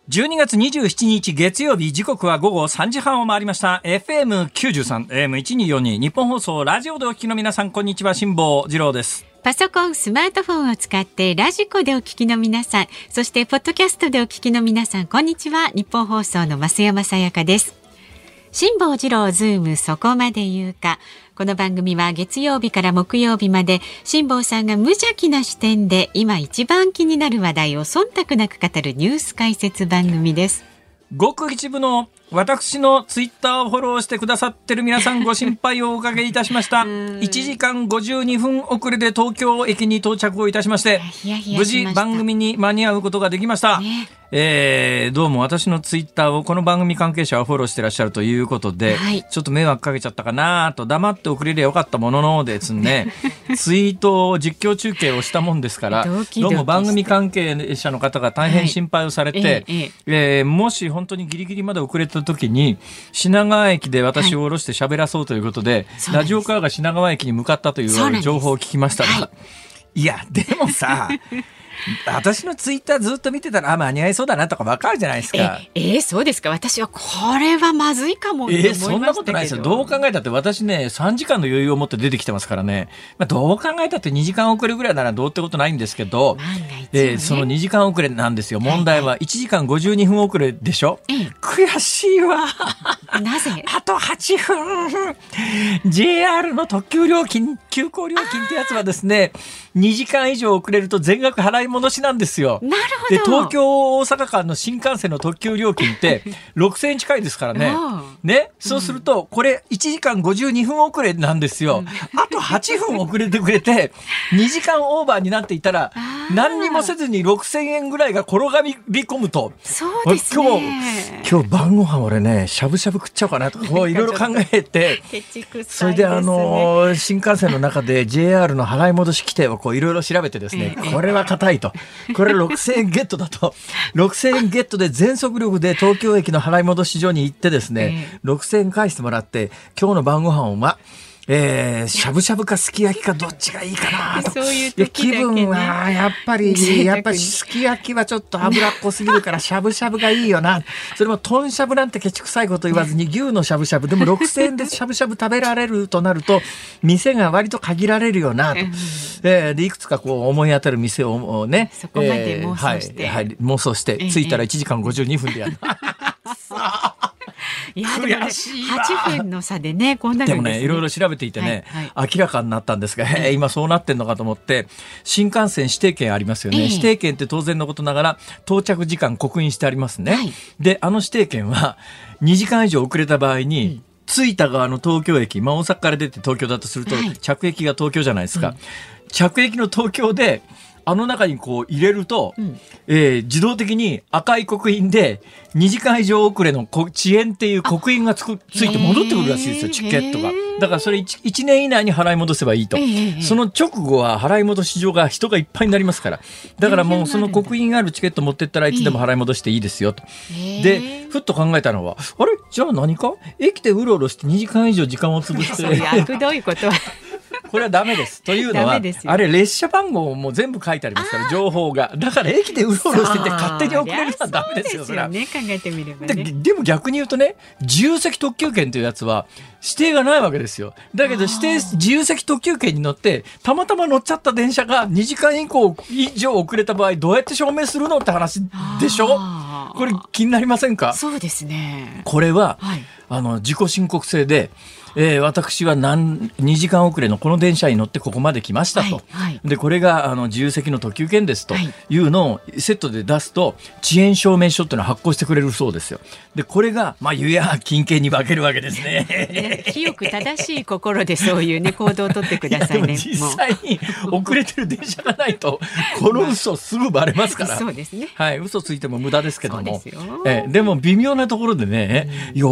12月27日月曜日、時刻は午後3時半を回りました。 FM93 AM1242 日本放送ラジオでお聞きの皆さん、こんにちは。辛坊治郎です。 パソコン、スマートフォンを使ってラジコでお聞きの皆さん、そしてポッドキャストでお聞きの皆さん、こんにちは。日本放送の増山さやかです。辛坊治郎ズームそこまで言うか。この番組は月曜日から木曜日まで辛坊さんが無邪気な視点で今一番気になる話題を忖度なく語るニュース解説番組です。 ごく一部の私のツイッターをフォローしてくださってる皆さん、ご心配をおかけいたしました1時間52分遅れで東京駅に到着をいたしまして、無事番組に間に合うことができました、どうも私のツイッターをこの番組関係者はフォローしてらっしゃるということで、ちょっと迷惑かけちゃったかなと、黙って送れりゃよかったもののですねツイートを実況中継をしたもんですからどうも番組関係者の方が大変心配をされて、もし本当にギリギリまで遅れた時に品川駅で私を降ろして喋らそうということで、ラジオカーが品川駅に向かったという情報を聞きましたが、いやでもさ私のツイッターずっと見てたら間に合いそうだなとか分かるじゃないですか。 そうですか。私はこれはまずいかもと思いましたけど。そんなことないですよ。 どう考えたって私ね3時間の余裕を持って出てきてますからね、どう考えたって2時間遅れぐらいならどうってことないんですけど、その2時間遅れなんですよ。問題は1時間52分遅れでしょ、悔しいわなぜあと8分JR の特急料金、急行料金ってやつはですね2時間以上遅れると全額払い戻しなんですよ。 なるほど。 で東京大阪間の新幹線の特急料金って6000円近いですからねそうするとこれ1時間52分遅れなんですよ、あと8分遅れてくれて2時間オーバーになっていたら何にもせずに6000円ぐらいが転がり込むと、 そうですね、 今日晩ご飯俺ねしゃぶしゃぶ食っちゃおうかなとかいろいろ考えてそれで新幹線の中で JR の払い戻し規定をいろいろ調べてですね、これは硬いと、これ6000円ゲットだと6000円ゲットで全速力で東京駅の払い戻し所に行ってですね、6000円返してもらって今日の晩ご飯をしゃぶしゃぶかすき焼きかどっちがいいかなと。 そういう時だけね、 気分はやっぱりすき焼きはちょっと脂っこすぎるからしゃぶしゃぶがいいよな。それも豚しゃぶなんてケチくさいこと言わずに牛のしゃぶしゃぶでも6000円でしゃぶしゃぶ食べられるとなると店が割と限られるよなと、でいくつか思い当たる店をね、 そこまで妄想して、 妄想して着いたら1時間52分でやるいやでもね、8分の差でね、こんなでもねいろいろ調べていてね、明らかになったんですが、今そうなってんのかと思って、新幹線指定券ありますよね、指定券って当然のことながら到着時間刻印してありますね、で指定券は2時間以上遅れた場合に、着いた側の東京駅、大阪から出て東京だとすると、着駅が東京じゃないですか、着駅の東京で中に入れると、自動的に赤い刻印で2時間以上遅れの遅延っていう刻印がついて戻ってくるらしいですよ、チケットが。だからそれ 1年以内に払い戻せばいいと、その直後は払い戻し所が人がいっぱいになりますから、だからもうその刻印があるチケット持ってったらいつでも払い戻していいですよと。でふっと考えたのは、あれじゃあ何か駅でうろうろして2時間以上時間を潰してどういうことはこれはダメです。というのはあれ列車番号も全部書いてありますから情報が。だから駅でうろうろしてて勝手に遅れるのはダメですよ。 そうですよね、考えてみればね。 でも逆に言うとね、自由席特急券というやつは指定がないわけですよ。だけど自由席特急券に乗ってたまたま乗っちゃった電車が2時間以上遅れた場合どうやって証明するのって話でしょ。これ気になりませんか。 そうですね。 これは、自己申告制で私は2時間遅れのこの電車に乗ってここまで来ましたと、でこれが自由席の特急券ですというのをセットで出すと遅延証明書っていうのを発行してくれるそうですよ。でこれが湯や金券に分けるわけですね。 清く正しい心でそういうね行動を取ってくださいね。 でも実際に遅れてる電車がないとこの嘘すぐバレますから、 そうですね、 嘘ついても無駄ですけども、でも微妙なところでね、いや俺の乗って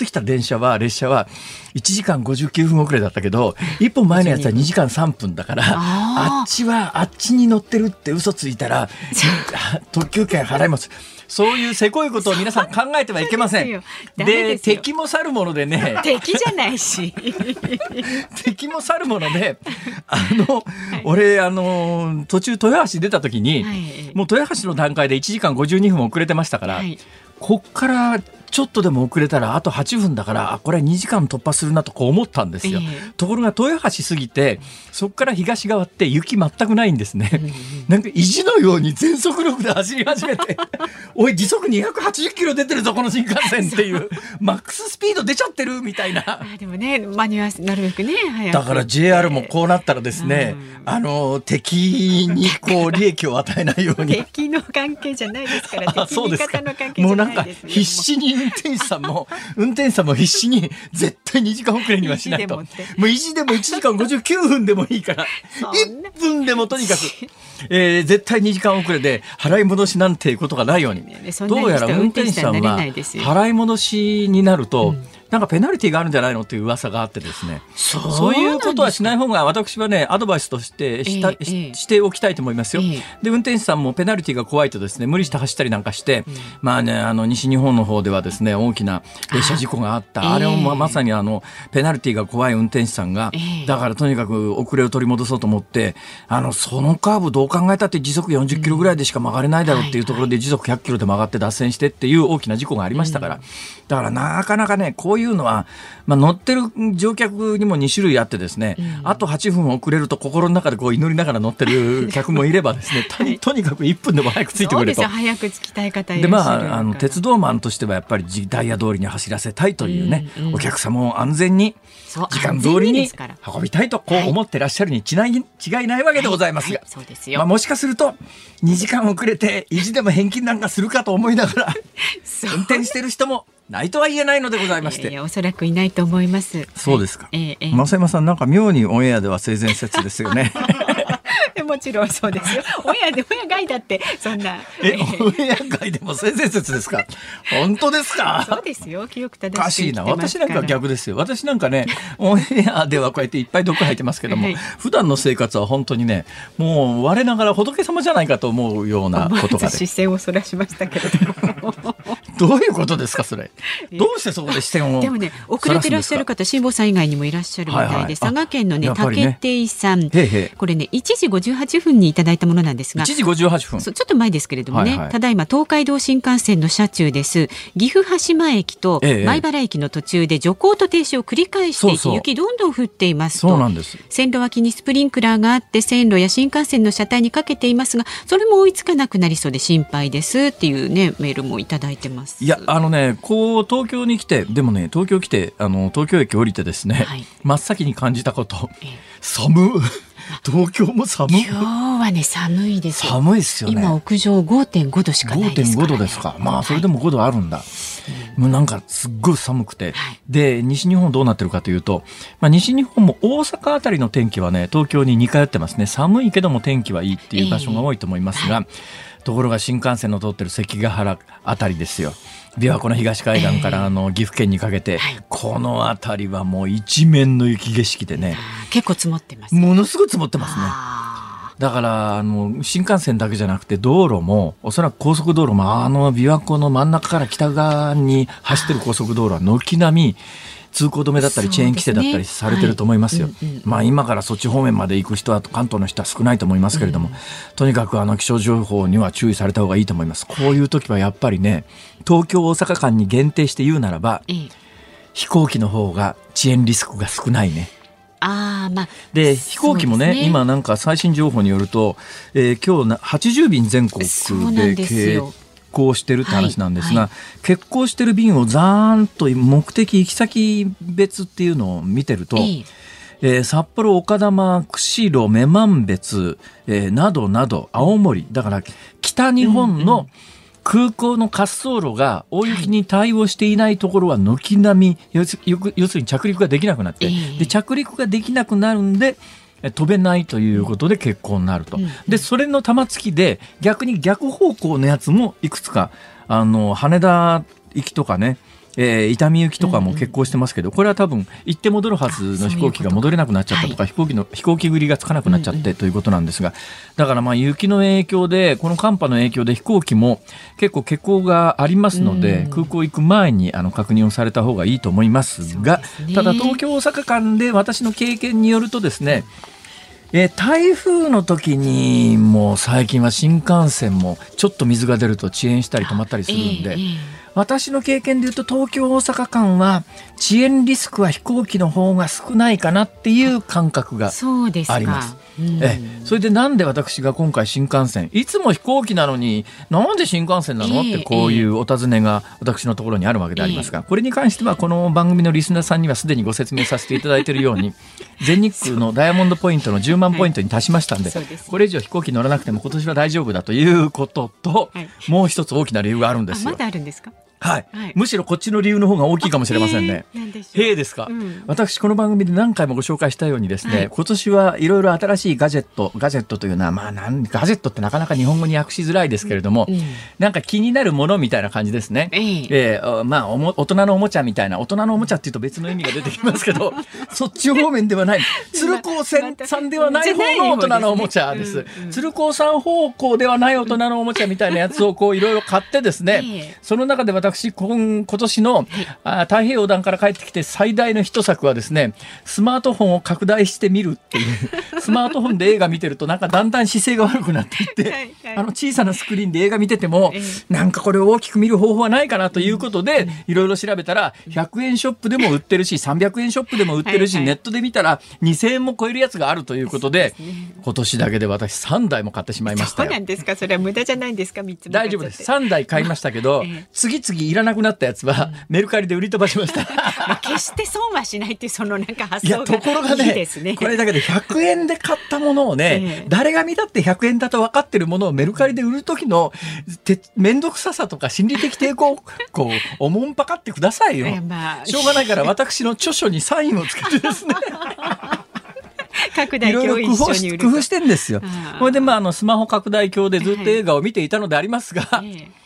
ってきた列車は1時間59分遅れだったけど、一本前のやつは2時間3分だから、あっちに乗ってるって嘘ついたら特急券払います。そういうせこいことを皆さん考えてはいけません。で、敵も去るものでね。 敵じゃないし。 敵も去るもので、俺、途中豊橋出た時に、もう豊橋の段階で1時間52分遅れてましたから、こっからちょっとでも遅れたらあと8分だから、これ2時間突破するなとこう思ったんですよ。ところが豊橋過ぎてそこから東側って雪全くないんですね。なんか意地のように全速力で走り始めておい時速280キロ出てるぞこの新幹線っていうマックススピード出ちゃってるみたいな。 でもね、マニュアルなるべくね早く。 だから JR もこうなったらですね、敵にこう利益を与えないように敵の関係じゃないですから敵味方の関係じゃないです。 もうなんか必死に運転手さんも必死に絶対2時間遅れにはしないと。もう意地でも1時間59分でもいいから1分でもとにかく、絶対2時間遅れで払い戻しなんていうことがないように。どうやら運転手さんは払い戻しになると、なんかペナルティがあるんじゃないのっていう噂があってですね、そういうことはしない方が私はねアドバイスとしてしておきたいと思いますよ。で運転手さんもペナルティが怖いとですね無理して走ったりなんかして、まあね西日本の方ではですね大きな列車事故があった。あれをまさにペナルティが怖い運転手さんが、だからとにかく遅れを取り戻そうと思ってそのカーブどう考えたって時速40キロぐらいでしか曲がれないだろうっていうところで時速100キロで曲がって脱線してっていう大きな事故がありましたから、だからなかなかねこういうのは、乗ってる乗客にも2種類あってですね、あと8分遅れると心の中でこう祈りながら乗ってる客もいればですねとにかく1分でも早く着いてくれと。 そうですよ、早く着きたい方いらっしゃる。 で鉄道マンとしてはやっぱりダイヤ通りに走らせたいというね、お客様を安全に時間通りに運びたいとこう思ってらっしゃるに違いないわけでございますが、 そうですよ。 もしかすると2時間遅れて意地でも返金なんかするかと思いながら運転してる人もないとは言えないのでございまして、 おそらくいないと思います。 そうですか。増山さんなんか妙にオンエアでは性善説ですよね。 もちろんそうですよ。親外だってそんな。 親外でも性善説ですか。本当ですか。 そうですよ。記憶正しくおかしいな。私なんか逆ですよ。私なんかねオンエアではこうやっていっぱい毒入ってますけども、普段の生活は本当にねもう我ながら仏様じゃないかと思うようなことが視線をそらしましたけれども。 どういうことですかそれ。どうしてそこで視線を。 でもね遅れてらっしゃる方辛坊さん以外にもいらっしゃるみたいで、佐賀県のね竹手さん、これね1時58分にいただいたものなんですが、 1時58分ちょっと前ですけれどもね、ただいま東海道新幹線の車中です。岐阜羽島駅と米原駅の途中で徐行と停止を繰り返していて、雪どんどん降っていますと。 そうなんです。 線路脇にスプリンクラーがあって線路や新幹線の車体にかけていますが、それも追いつかなくなりそうで心配ですっていうねメールもいただいてます。 いやこう東京に来て、でもね東京来て東京駅降りてですね、真っ先に感じたこと、寒東京も寒い。 今日はね寒いですよ。 寒いですよね。 今屋上 5.5 度しかないですからね。 5.5 度ですか。まあそれでも5度あるんだ。もうなんかすっごい寒くて、で西日本どうなってるかというと、西日本も大阪あたりの天気はね東京に似通ってますね。寒いけども天気はいいっていう場所が多いと思いますが、ところが新幹線の通ってる関ヶ原あたりですよ。琵琶湖の東海岸から岐阜県にかけて、この辺りはもう一面の雪景色でね、 結構積もってます。 ものすごい積もってますね。だから新幹線だけじゃなくて道路も、おそらく高速道路も琵琶湖の真ん中から北側に走ってる高速道路は軒並み通行止めだったりチェーン規制だったりされてると思いますよ。今からそっち方面まで行く人は関東の人は少ないと思いますけれども、とにかく気象情報には注意された方がいいと思います。こういう時はやっぱりね東京大阪間に限定して言うならば、飛行機の方が遅延リスクが少ないね。で飛行機もね今なんか最新情報によると、今日80便全国で欠航してるって話なんですが、欠航してる便をざーんと目的行き先別っていうのを見てると、札幌、丘珠、釧路、女満別、などなど青森だから北日本の空港の滑走路が大雪に対応していないところは軒並み要するに着陸ができなくなって、で着陸ができなくなるんで飛べないということで欠航になると。でそれの玉突きで逆に逆方向のやつもいくつか羽田行きとかね伊丹行きとかも欠航してますけど、これは多分行って戻るはずの飛行機が戻れなくなっちゃったとか、飛行機繰りがつかなくなっちゃってということなんですが、だから雪の影響で、この寒波の影響で飛行機も結構欠航がありますので、空港行く前に確認をされた方がいいと思いますが、ただ東京大阪間で私の経験によるとですね、台風の時にもう最近は新幹線もちょっと水が出ると遅延したり止まったりするんで、私の経験でいうと東京大阪間は遅延リスクは飛行機の方が少ないかなっていう感覚があります。それでなんで私が今回新幹線、いつも飛行機なのになんで新幹線なのってこういうお尋ねが私のところにあるわけでありますが、これに関してはこの番組のリスナーさんにはすでにご説明させていただいているように、全日空のダイヤモンドポイントの10万ポイントに達しましたんで、これ以上飛行機乗らなくても今年は大丈夫だということと、もう一つ大きな理由があるんですよ。 まだあるんですか？ はい、むしろこっちの理由の方が大きいかもしれませんね。ですか、私この番組で何回もご紹介したようにですね、今年はいろいろ新しいガジェットというのは、ガジェットってなかなか日本語に訳しづらいですけれども、なんか気になるものみたいな感じですね。大人のおもちゃみたいな、大人のおもちゃっていうと別の意味が出てきますけどそっち方面ではない、鶴光さんではない方の大人のおもちゃです。鶴光さん方向ではない大人のおもちゃみたいなやつをこういろいろ買ってですね、その中で私今年の太平洋横断から帰ってきて最大のヒット作はですね、スマートフォンを拡大してみるっていうスマートフォンで映画見てるとなんかだんだん姿勢が悪くなっていって小さなスクリーンで映画見ててもなんかこれを大きく見る方法はないかなということでいろいろ調べたら、100円ショップでも売ってるし300円ショップでも売ってるし、ネットで見たら2000円も超えるやつがあるということで、今年だけで私3台も買ってしまいましたよ。 そうなんですか？それは無駄じゃないんですか？3つも大丈夫です。3台買いましたけど、次々いらなくなったやつはメルカリで売り飛ばしました決して損はしないっていうそのなんか発想がところがね、いいですね。これだけで100円で買ったものをね、誰が見たって100円だと分かってるものをメルカリで売る時の面倒くささとか心理的抵抗をこうおもんぱかってくださいよ。しょうがないから私の著書にサインをつけてですね拡大鏡を一緒に売ると工夫してんですよ。これでスマホ拡大鏡でずっと映画を見ていたのでありますが、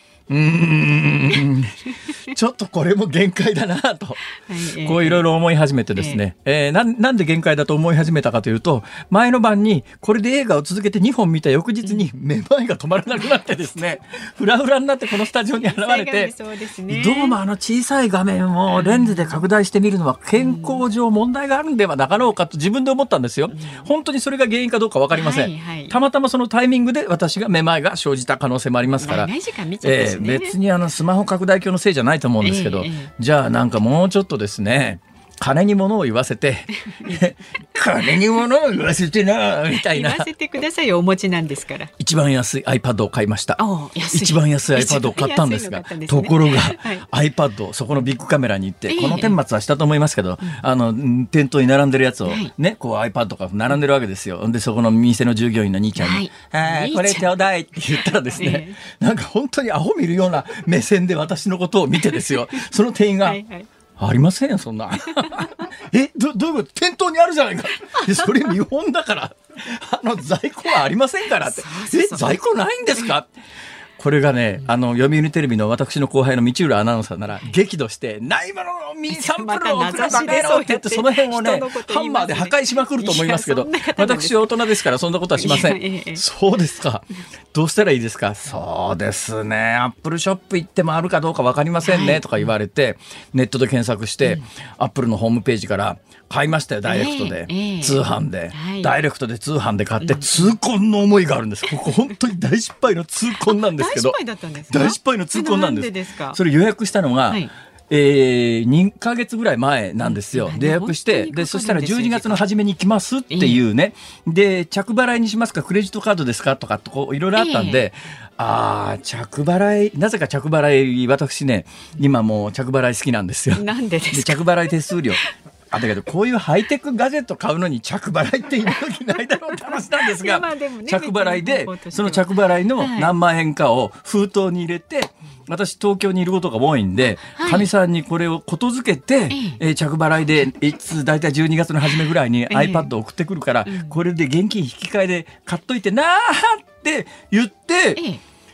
ちょっとこれも限界だなと、こういろいろ思い始めてですね、なんで限界だと思い始めたかというと、前の晩にこれで映画を続けて2本見た翌日にめまいが止まらなくなってですね、フラフラになってこのスタジオに現れて、どうも小さい画面をレンズで拡大してみるのは健康上問題があるんではなかろうかと自分で思ったんですよ。本当にそれが原因かどうか分かりません。たまたまそのタイミングで私がめまいが生じた可能性もありますから、別にスマホ拡大鏡のせいじゃないと思うんですけど、じゃあなんかもうちょっとですね、金に物を言わせて金に物を言わせてなみたいな。 言わせてくださいよ、お持ちなんですから。 一番安い iPad を買いました。一番安い iPad を買ったんですが、ところが、iPad をそこのビッグカメラに行って、この顛末はしたと思いますけど、店頭に並んでるやつをね、こう iPad が並んでるわけですよ。でそこの店の従業員の兄ちゃんに、これちょうだいって言ったらですね、なんか本当にアホ見るような目線で私のことを見てですよ、その店員がありませんよそんなどういうこと、店頭にあるじゃないかそれ見本だから在庫はありませんからって在庫ないんですか。これがね、読売テレビの私の後輩の道浦アナウンサーなら激怒して、ないもののミーサンプルを送るバカ野郎って言って、その辺をねハンマーで破壊しまくると思いますけど、私は大人ですからそんなことはしません。そうですか。どうしたらいいですか。そうですね、アップルショップ行ってもあるかどうか分かりませんねとか言われて、ネットで検索してアップルのホームページから買いましたよ。ダイレクトで、通販で、ダイレクトで通販で買って、痛恨の思いがあるんです。ここ本当に大失敗の痛恨なんですけど、大失敗の痛恨なんです。それ予約したのが、2ヶ月ぐらい前なんですよ。で予約して、でそしたら12月の初めに来ますっていうね、で着払いにしますかクレジットカードですかとかこういろいろあったんで、着払い、なぜか着払い、私ね今もう着払い好きなんですよ。 なんでですか。 着払い手数料だけど、こういうハイテクガジェット買うのに着払いって今時ないだろうって話なんですが、着払いでその着払いの何万円かを封筒に入れて、私東京にいることが多いんで、かみさんにこれをことづけて、着払いでだいたい12月の初めぐらいに iPad を送ってくるから、これで現金引き換えで買っといてなーって言って、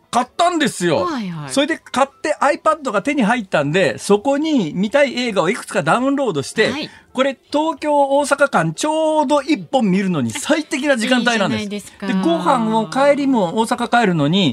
買ったんですよ、 はいはい、 それで買って iPad が手に入ったんで、そこに見たい映画をいくつかダウンロードして、はい、これ東京大阪間ちょうど1本見るのに最適な時間帯なんです。でご飯を帰りも大阪帰るのに、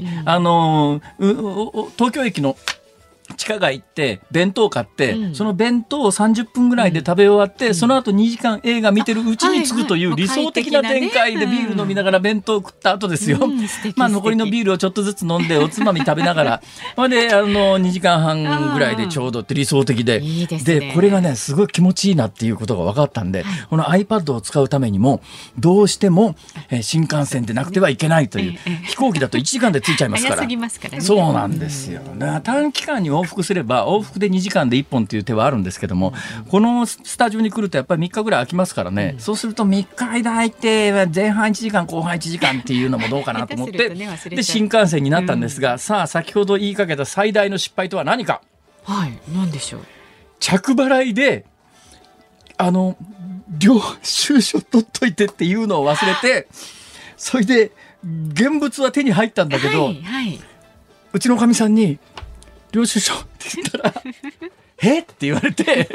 東京駅の地下街行って弁当買って、その弁当を30分ぐらいで食べ終わって、その後2時間映画見てるうちに着くという理想的な展開でビール飲みながら弁当を食った後ですよ、まあ残りのビールをちょっとずつ飲んでおつまみ食べながらで2時間半ぐらいでちょうどって理想的で、でこれがねすごい気持ちいいなっていうことが分かったんで、この iPad を使うためにもどうしても新幹線でなくてはいけないという、飛行機だと1時間で着いちゃいますからそうなんですよ。短期間に往復すれば往復で2時間で1本という手はあるんですけども、このスタジオに来るとやっぱり3日ぐらい空きますからね、そうすると3日間空いて前半1時間後半1時間っていうのもどうかなと思ってで新幹線になったんですが、さあ先ほど言いかけた最大の失敗とは何か。 はい、何でしょう。 着払いで領収書取っといてっていうのを忘れて、それで現物は手に入ったんだけど、はいはい、うちのかみさんに領収書って言ったらえって言われて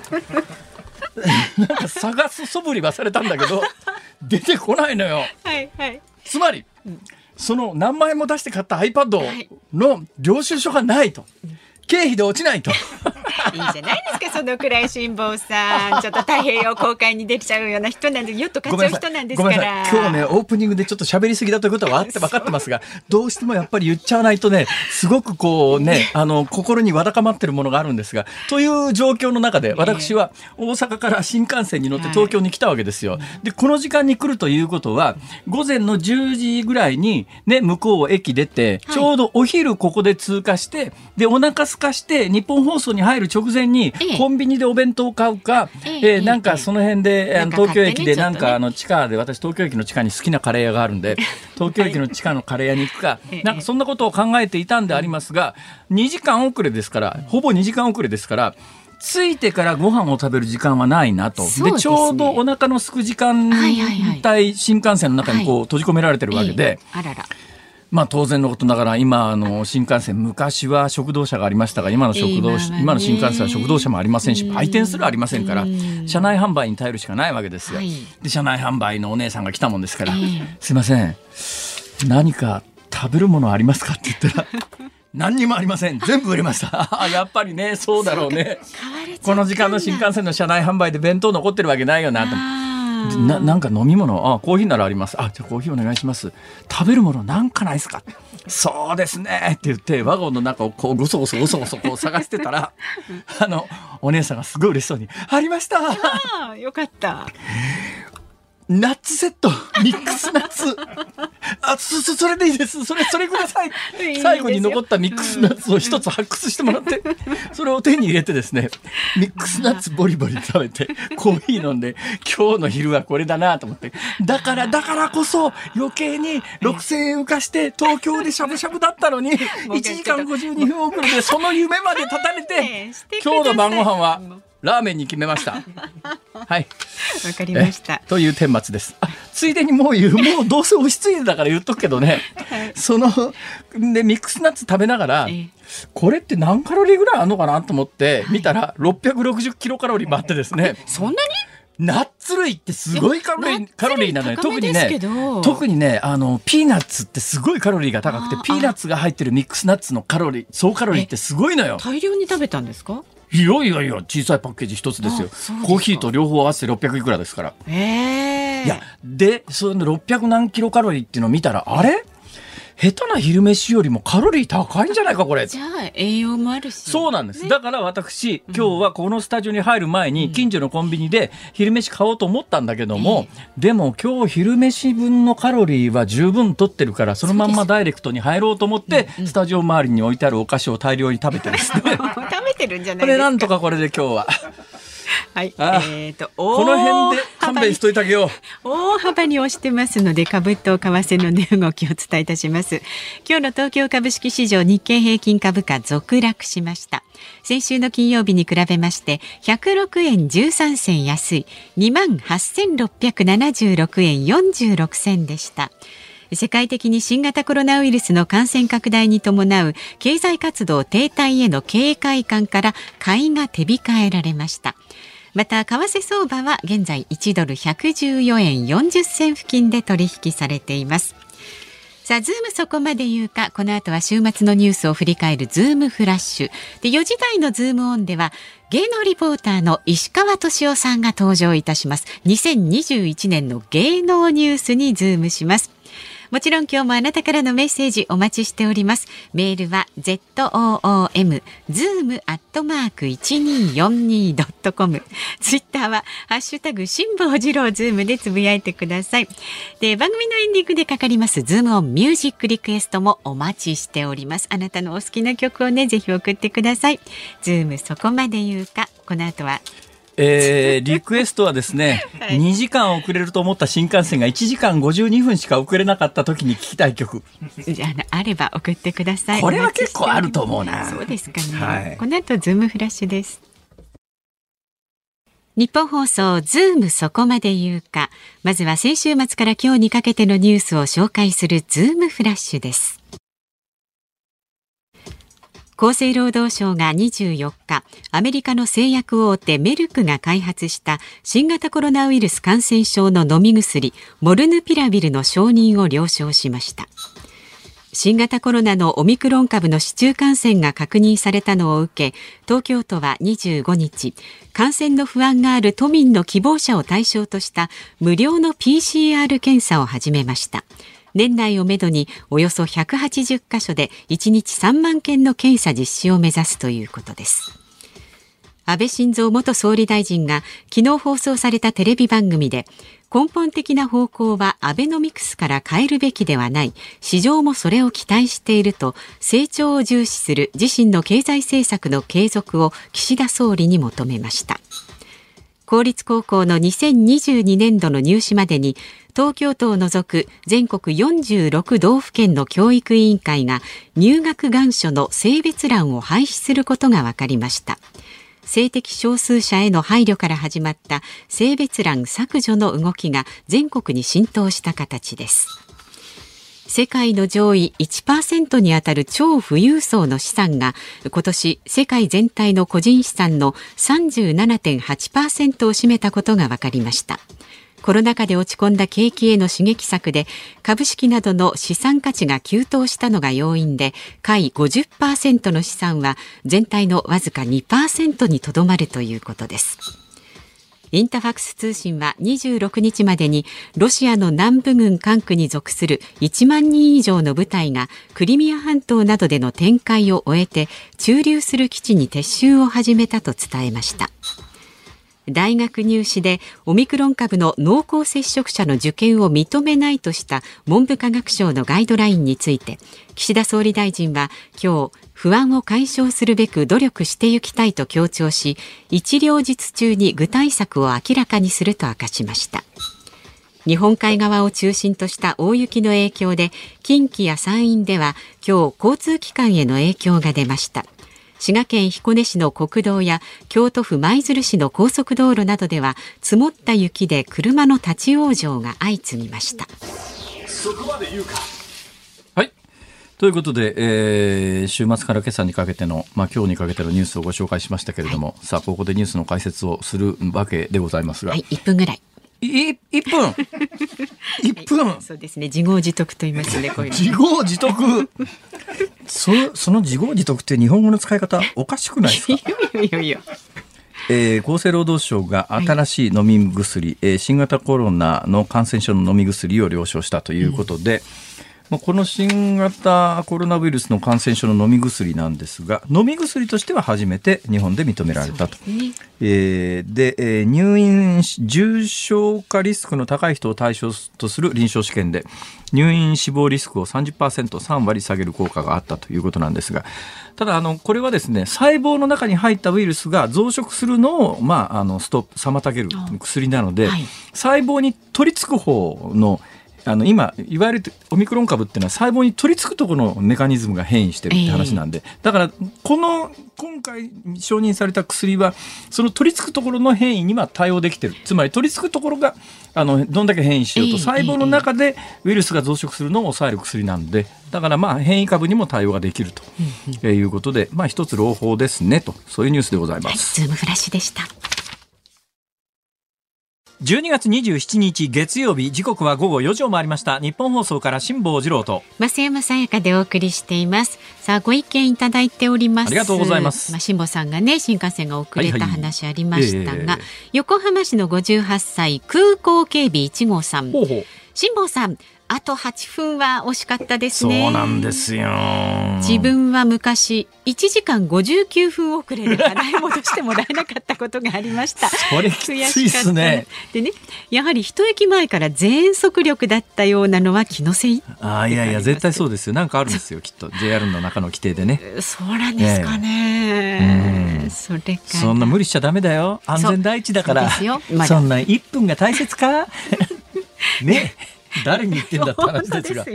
なんか探す素振りはされたんだけど出てこないのよ、はいはい、つまり、その何万円も出して買った iPad の領収書がないと、経費で落ちないといいじゃないですか、そのくらい辛坊さんちょっと太平洋航海に出ちゃうような人なんで、ヨット買っちゃう人なんですから。 今日ねオープニングでちょっと喋りすぎだということは分かってますがどうしてもやっぱり言っちゃわないとね、すごくこうね心にわだかまってるものがあるんですが、という状況の中で私は大阪から新幹線に乗って東京に来たわけですよ。でこの時間に来るということは午前の10時ぐらいにね向こう駅出て、ちょうどお昼ここで通過して、でお腹空かして日本放送に入る直前にコンビニでお弁当を買うか、なんかその辺で東京駅でなんか地下で、私東京駅の地下に好きなカレー屋があるんで東京駅の地下のカレー屋に行くか、なんかそんなことを考えていたんでありますが、2時間遅れですから、ほぼ2時間遅れですから、着いてからご飯を食べる時間はないなと。でちょうどお腹の空く時間帯、新幹線の中にこう閉じ込められてるわけで、まあ当然のことながら今新幹線、昔は食堂車がありましたが、今の新幹線は食堂車もありませんし、売店すらありませんから、車内販売に頼るしかないわけですよ。で車内販売のお姉さんが来たもんですから、すいません何か食べるものありますかって言ったら何にもありません、全部売れましたやっぱりね、そうだろうね、この時間の新幹線の車内販売で弁当残ってるわけないよなと。なんか飲み物、コーヒーならあります、じゃあコーヒーお願いします、食べるものなんかないですか、そうですねって言ってワゴンの中をこうごそごそこう探してたらお姉さんがすごい嬉しそうにありました。 よかった。 ナッツセット、ミックスナッツそれでいいです、それください最後に残ったミックスナッツを一つ発掘してもらって、それを手に入れてですね、ミックスナッツボリボリ食べてコーヒー飲んで、今日の昼はこれだなと思って、だからこそ余計に6000円浮かして東京でしゃぶしゃぶだったのに1時間52分遅れでその夢まで立たれて今日の晩ご飯はラーメンに決めました。はい、 わかりました。 という顛末です。ついでにもうどうせ押しついでだから言っとくけどね、でミックスナッツ食べながら、これって何カロリーぐらいあるのかなと思って見たら660キロカロリーもあってですね。 そんなに？ ナッツ類ってすごいカロリーなのよ。特にねピーナッツってすごいカロリーが高くて、ピーナッツが入ってるミックスナッツの総カロリーってすごいのよ。 大量に食べたんですか？ いや小さいパッケージ一つですよ。コーヒーと両方合わせて600いくらですから。いやでその600何キロカロリーっていうのを見たら、あれ下手な昼飯よりもカロリー高いんじゃないかこれ。 じゃあ栄養もあるし。 そうなんです、ね、だから私今日はこのスタジオに入る前に近所のコンビニで昼飯買おうと思ったんだけども、でも今日昼飯分のカロリーは十分取ってるから、そのまんまダイレクトに入ろうと思ってスタジオ周りに置いてあるお菓子を大量に食べてですね食べてるんじゃないですか。 これなんとかこれで今日ははい、 この辺で勘弁しといてあげよう。 大幅に押してますので、株と為替の値動きをお伝えいたします。今日の東京株式市場、日経平均株価続落しました。先週の金曜日に比べまして106円13銭安い 28,676 円46銭でした。 世界的に新型コロナウイルスの感染拡大に伴う経済活動停滞への警戒感から買いが手控えられました。また為替相場は現在1ドル114円40銭付近で取引されています。さあズームそこまで言うか、この後は週末のニュースを振り返るズームフラッシュで、4時台のズームオンでは芸能リポーターの石川俊夫さんが登場いたします。2021年の芸能ニュースにズームします。もちろん今日もあなたからのメッセージお待ちしております。メールは zoom@1242.com、 ツイッターはハッシュタグ辛坊治郎ズームでつぶやいてください。で、番組のエンディングでかかりますズームオンミュージックリクエストもお待ちしております。あなたのお好きな曲をね、ぜひ送ってください。ズームそこまで言うか、この後はリクエストはですね、はい、2時間遅れると思った新幹線が1時間52分しか遅れなかった時に聞きたい曲あれば送ってください。 これは結構あると思うな。 そうですかね、 はい、 この後ズームフラッシュです。日本放送ズームそこまで言うか、まずは先週末から今日にかけてのニュースを紹介するズームフラッシュです。厚生労働省が24日、アメリカの製薬大手メルクが開発した新型コロナウイルス感染症の飲み薬モルヌピラビルの承認を了承しました。新型コロナのオミクロン株の市中感染が確認されたのを受け、東京都は25日、感染の不安がある都民の希望者を対象とした無料の PCR 検査を始めました。年内をめどにおよそ180カ所で1日3万件の検査実施を目指すということです。安倍晋三元総理大臣が昨日放送されたテレビ番組で、根本的な方向はアベノミクスから変えるべきではない、市場もそれを期待していると成長を重視する自身の経済政策の継続を岸田総理に求めました。公立高校の2022年度の入試までに東京都を除く全国46道府県の教育委員会が入学願書の性別欄を廃止することが分かりました。性的少数者への配慮から始まった性別欄削除の動きが全国に浸透した形です。世界の上位 1% にあたる超富裕層の資産が今年世界全体の個人資産の 37.8% を占めたことが分かりました。コロナ禍で落ち込んだ景気への刺激策で株式などの資産価値が急騰したのが要因で、下位 50% の資産は全体のわずか 2% にとどまるということです。インタファクス通信は26日までにロシアの南部軍管区に属する1万人以上の部隊がクリミア半島などでの展開を終えて駐留する基地に撤収を始めたと伝えました。大学入試でオミクロン株の濃厚接触者の受験を認めないとした文部科学省のガイドラインについて、岸田総理大臣は今日不安を解消するべく努力していきたいと強調し、一両日中に具体策を明らかにすると明かしました。日本海側を中心とした大雪の影響で近畿や山陰では今日交通機関への影響が出ました。滋賀県彦根市の国道や京都府舞鶴市の高速道路などでは積もった雪で車の立ち往生が相次ぎました。 そこまで言うか。はい、ということで、週末から今朝にかけての、今日にかけてのニュースをご紹介しましたけれども、はい、さあここでニュースの解説をするわけでございますが、 はい、1分ぐらい。 1分1分、 はい、そうですね、自業自得と言いますね、こういうの。 自業自得その自業自得って日本語の使い方おかしくないですか？ いや厚生労働省が新しい飲み薬、新型コロナの感染症の飲み薬を了承したということで、この新型コロナウイルスの感染症の飲み薬なんですが、飲み薬としては初めて日本で認められたと。で、入院重症化リスクの高い人を対象とする臨床試験で入院死亡リスクを 30%3 割下げる効果があったということなんですが、ただこれはですね、細胞の中に入ったウイルスが増殖するのを、妨げる薬なので、細胞に取り付く方の今いわゆるオミクロン株っていうのは細胞に取り付くところのメカニズムが変異してるって話なんで、だから今回承認された薬はその取り付くところの変異には対応できてる。つまり取り付くところがどんだけ変異しようと細胞の中でウイルスが増殖するのを抑える薬なんで、だから変異株にも対応ができるということで、一つ朗報ですねと、そういうニュースでございます。 ズームフラッシュでした。 12月27日月曜日、時刻は午後4時を回りました。日本放送から辛坊治郎と増山さやかでお送りしています。さあ、ご意見いただいております。 ありがとうございます。 辛坊さんがね、新幹線が遅れた話ありましたが、横浜市の58歳空港警備1号さん、辛坊さん、あと8分は惜しかったですね。 そうなんですよ。 自分は昔1時間59分遅れで払い戻してもらえなかったことがありました。 それきついですね。 でね、やはり一駅前から全速力だったようなのは気のせい。 いや絶対そうですよ。なんかあるんですよきっと JR の中の規定でね。 そうなんですかね。それかそんな無理しちゃダメだよ。安全第一だから。そんな1分が大切かね。誰に言ってんだって話ですが。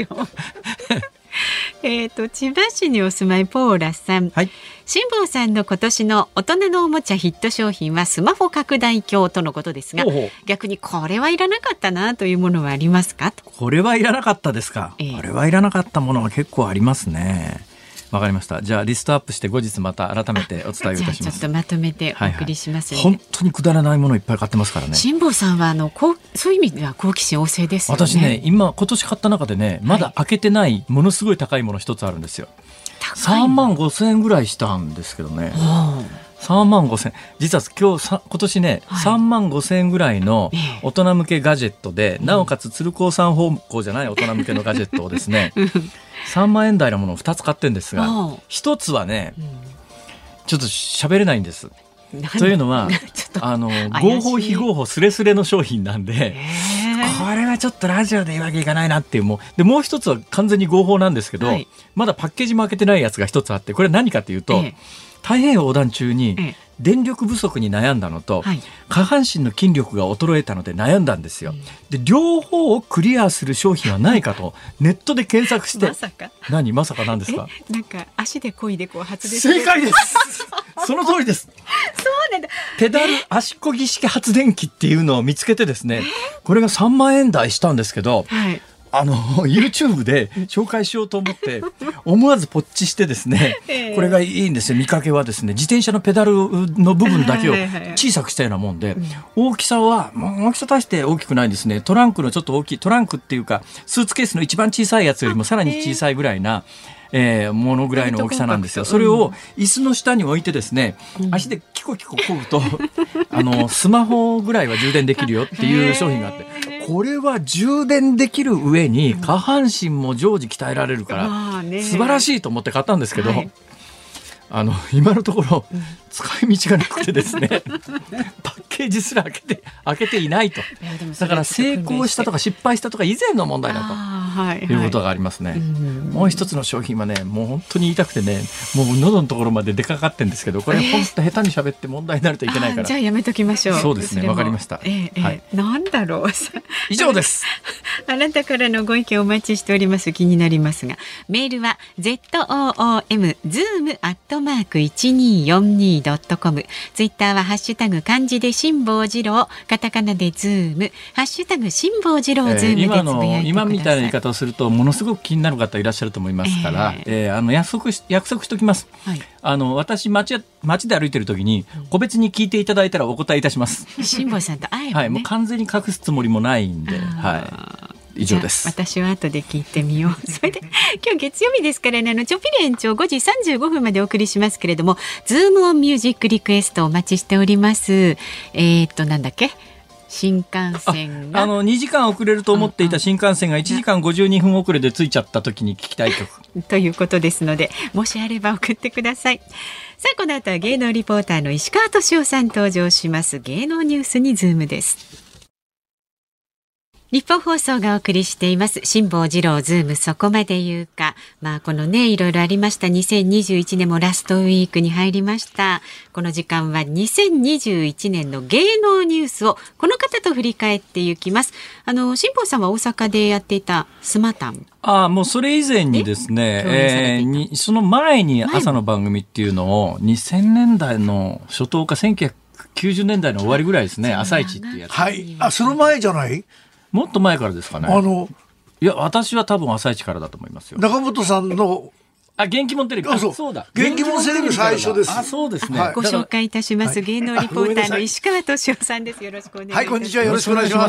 千葉市にお住まいポーラさん、辛坊さんの今年の大人のおもちゃヒット商品はスマホ拡大鏡とのことですが、逆にこれはいらなかったなというものはありますか？ これはいらなかったですか？これはいらなかったものは結構ありますね。わかりました。じゃあリストアップして後日また改めてお伝えいたします。 じゃあちょっとまとめてお送りしますね。 本当にくだらないものいっぱい買ってますからね。 辛坊さんはそういう意味では好奇心旺盛ですよね。 私ね、今年買った中でね、まだ開けてないものすごい高いもの一つあるんですよ。3万5千円ぐらいしたんですけどね。3万5千円、実は今年ね、3万5千円ぐらいの大人向けガジェットで、なおかつ鶴光さん方向じゃない大人向けのガジェットをですね3万円台のものを2つ買ってるんですが、1つはね、ちょっと喋れないんです。というのは合法非合法スレスレの商品なんで、これはちょっとラジオで言うわけいかないなっていう。もう一つは完全に合法なんですけど、まだパッケージも開けてないやつが一つあって、これ何かというと、太平洋横断中に電力不足に悩んだのと、下半身の筋力が衰えたので悩んだんですよ。で、両方をクリアする商品はないかとネットで検索して、まさか何ですか？ なんか足で漕いで発電。 正解ですその通りです。 そうなんだ。 ペダル足漕ぎ式発電機っていうのを見つけてですね、これが3万円台したんですけど、YouTube で紹介しようと思って思わずポッチしてですね、これがいいんですよ。見かけはですね、自転車のペダルの部分だけを小さくしたようなもんで、大きさは大きさ大して大きくないんですね。トランクのちょっと大きい、トランクっていうかスーツケースの一番小さいやつよりもさらに小さいぐらいなものぐらいの大きさなんですよ。それを椅子の下に置いてですね、足でキコキコ漕ぐとスマホぐらいは充電できるよっていう商品があって、これは充電できる上に下半身も常時鍛えられるから素晴らしいと思って買ったんですけど、今のところ使い道がなくてですねパッケージすら開けていないと。だから成功したとか失敗したとか以前の問題だということがありますね。もう一つの商品はね、もう本当に言いたくてね、もう喉のところまで出かかってるんですけど、これ本当下手に喋って問題になるといけないから、 じゃあやめときましょう。 そうですね、わかりました。 なんだろう以上です。 あなたからのご意見お待ちしております。気になりますが、メールは zoom@1242.com、 ツイッターはハッシュタグ漢字で辛坊治郎、カタカナでズーム、ハッシュタグ辛坊治郎ズームでつぶやいてください。 今みたいな言い方をするとものすごく気になる方いらっしゃると思いますから、約束しておきます。私街で歩いてる時に個別に聞いていただいたらお答えいたします。 辛坊さんと会えばね、 もう完全に隠すつもりもないんで、以上です。 私は後で聞いてみよう。それで今日月曜日ですからね、ちょぴり延長5時35分までお送りしますけれども、ズームオンミュージックリクエストお待ちしております。なんだっけ、新幹線が 2時間遅れると思っていた新幹線が1時間52分遅れで着いちゃった時に聞きたい曲ということですので、もしあれば送ってください。さあ、この後は芸能リポーターの石川俊夫さん登場します。芸能ニュースにズームです。 日本放送がお送りしています辛坊治郎ズームそこまで言うか。このね、いろいろありました2021年もラストウィークに入りました。この時間は2021年の芸能ニュースをこの方と振り返っていきます。辛坊さんは大阪でやっていたスマタン。 もうそれ以前にですね、その前に朝の番組っていうのを2000年代の初頭か1990年代の終わりぐらいですね、朝一っていうやつ。 はい。その前じゃない？ もっと前からですかね。いや、私は多分朝一からだと思いますよ。 中本さんの元気もんテレビ。そうだ。 元気もんテレビ最初です。 そうですね。 ご紹介いたします。芸能リポーターの石川俊夫さんです。よろしくお願いします。 はい、こんにちは。よろしくお願いします。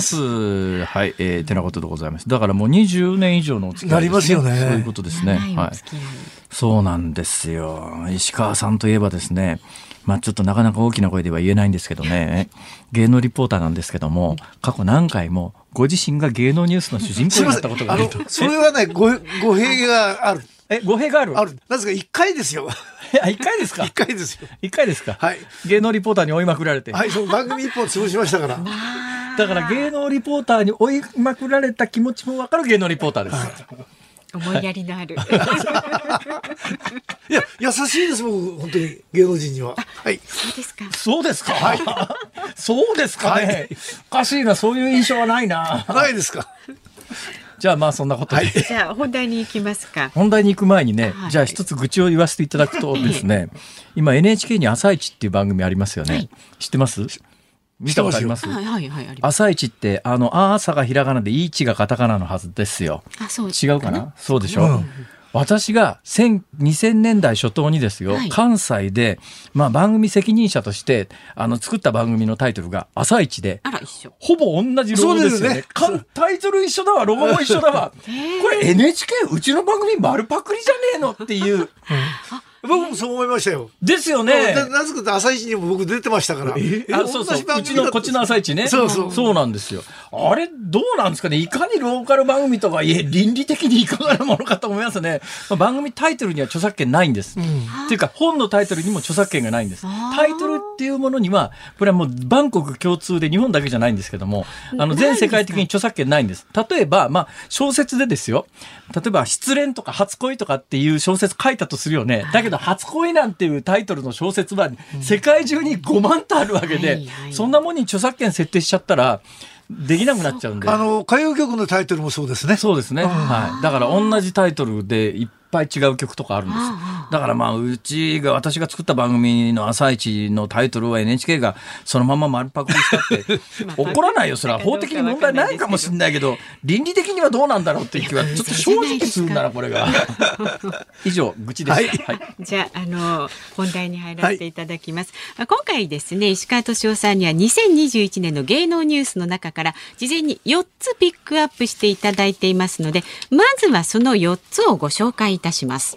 はい、てなことでございます。だからもう20年以上のお付き合いですね。 なりますよね。 そういうことですね。はい。そうなんですよ。石川さんといえばですね、ちょっとなかなか大きな声では言えないんですけどね、芸能リポーターなんですけども、過去何回もご自身が芸能ニュースの主人公になったことがあると。 それはね、語弊がある。 語弊がある？ なぜか1回ですよ。 1回ですか ？1回ですよ。 1回ですか？ はい。 芸能リポーターに追いまくられて。 はい、そう番組1本潰しましたから。 だから芸能リポーターに追いまくられた気持ちもわかる芸能リポーターです。 思いやりのある。 いや、優しいです、僕、本当に芸能人には。はい。 そうですか。 そうですか。 はい。 そうですかね。おかしいな、そういう印象はないな。 ないですか。 じゃあそんなことで、 じゃあ本題に行きますか。 本題に行く前にね、じゃあ一つ愚痴を言わせていただくとですね、今 NHK に朝一っていう番組ありますよね。知ってます？見たことあります？朝一って朝がひらがなでいちがカタカナのはずですよ。違うかな？そうでしょ。私が2000年代初頭にですよ、関西で、番組責任者として作った番組のタイトルが朝一で、ほぼ同じロゴですよね。タイトル一緒だわ、ロゴも一緒だわ。これ NHK うちの番組丸パクリじゃねえのっていう。 僕もそう思いましたよ。 ですよね。 なぜか朝一にも僕出てましたから。 そうそう。うちのこっちの朝一ね。そうなんですよ。あれどうなんですかね。いかにローカル番組とはいえ倫理的にいかがなものかと思いますね。番組タイトルには著作権ないんです。っていうか本のタイトルにも著作権がないんです。タイトルっていうものにはこれはもう万国共通で日本だけじゃないんですけども、全世界的に著作権ないんです。例えば小説でですよ。例えば失恋とか初恋とかっていう小説書いたとするよね。だけど初恋なんていうタイトルの小説は世界中に5万とあるわけで、そんなもんに著作権設定しちゃったらできなくなっちゃうんで。 歌謡曲のタイトルもそうですね。 そうですね。はい。だから同じタイトルでいっぱい違う曲とかあるんです。だから私が作った番組の朝一のタイトルは NHK がそのまま丸パクリしたって怒らないよ。それは法的に問題ないかもしれないけど、倫理的にはどうなんだろうっていう気はちょっと正直するんだな、これが。以上、愚痴です。 じゃあ、本題に入らせていただきます。今回ですね、石川俊夫さんには2021年の芸能ニュースの中から事前に4つピックアップしていただいていますので、まずはその4つをご紹介いたします。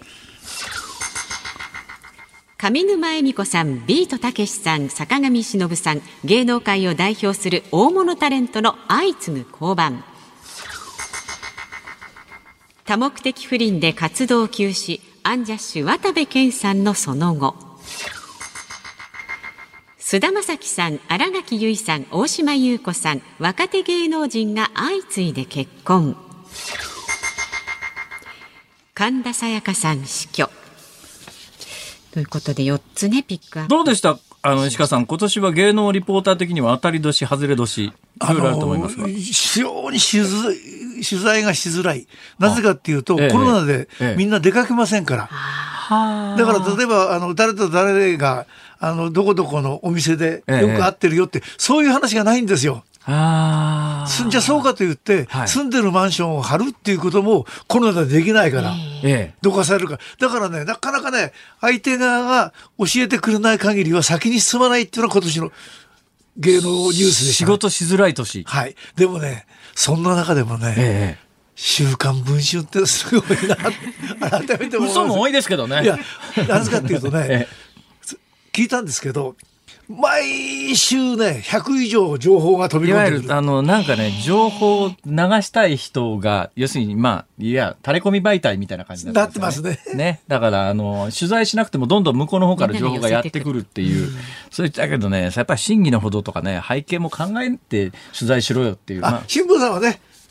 上沼恵美子さん、ビートたけしさん、坂上忍さん、芸能界を代表する大物タレントの相次ぐ降板。多目的不倫で活動休止、アンジャッシュ渡部建さんのその後。菅田将暉さん、新垣結衣さん、大島優子さん、若手芸能人が相次いで結婚。神田沙也加さん死去ということで4つねピックアップ。 どうでした石川さん、今年は芸能リポーター的には当たり年外れ年いろいろあると思いますが、 非常に取材がしづらい。なぜかっていうと、コロナでみんな出かけませんから、だから例えば誰と誰がどこどこのお店でよく会ってるよって、そういう話がないんですよ。じゃあそうかと言って、住んでるマンションを張るっていうこともコロナでできないから、どかされるから。だからね、なかなかね、相手側が教えてくれない限りは先に進まないっていうのが今年の芸能ニュースでした。 仕事しづらい年。 はい。でもね、そんな中でもね、週刊文春ってすごいな、改めて思います。 嘘も多いですけどね。 いや、なぜかっていうとね、聞いたんですけど、毎週ね、100以上情報が飛び込んでくる。 いわゆるなんかね、情報を流したい人が、要するに垂れ込み媒体みたいな感じになってますね。ね。だから取材しなくてもどんどん向こうの方から情報がやってくるっていう、そういったけどね、やっぱり真偽のほどとかね、背景も考えて取材しろよっていう。 辛坊さんはね、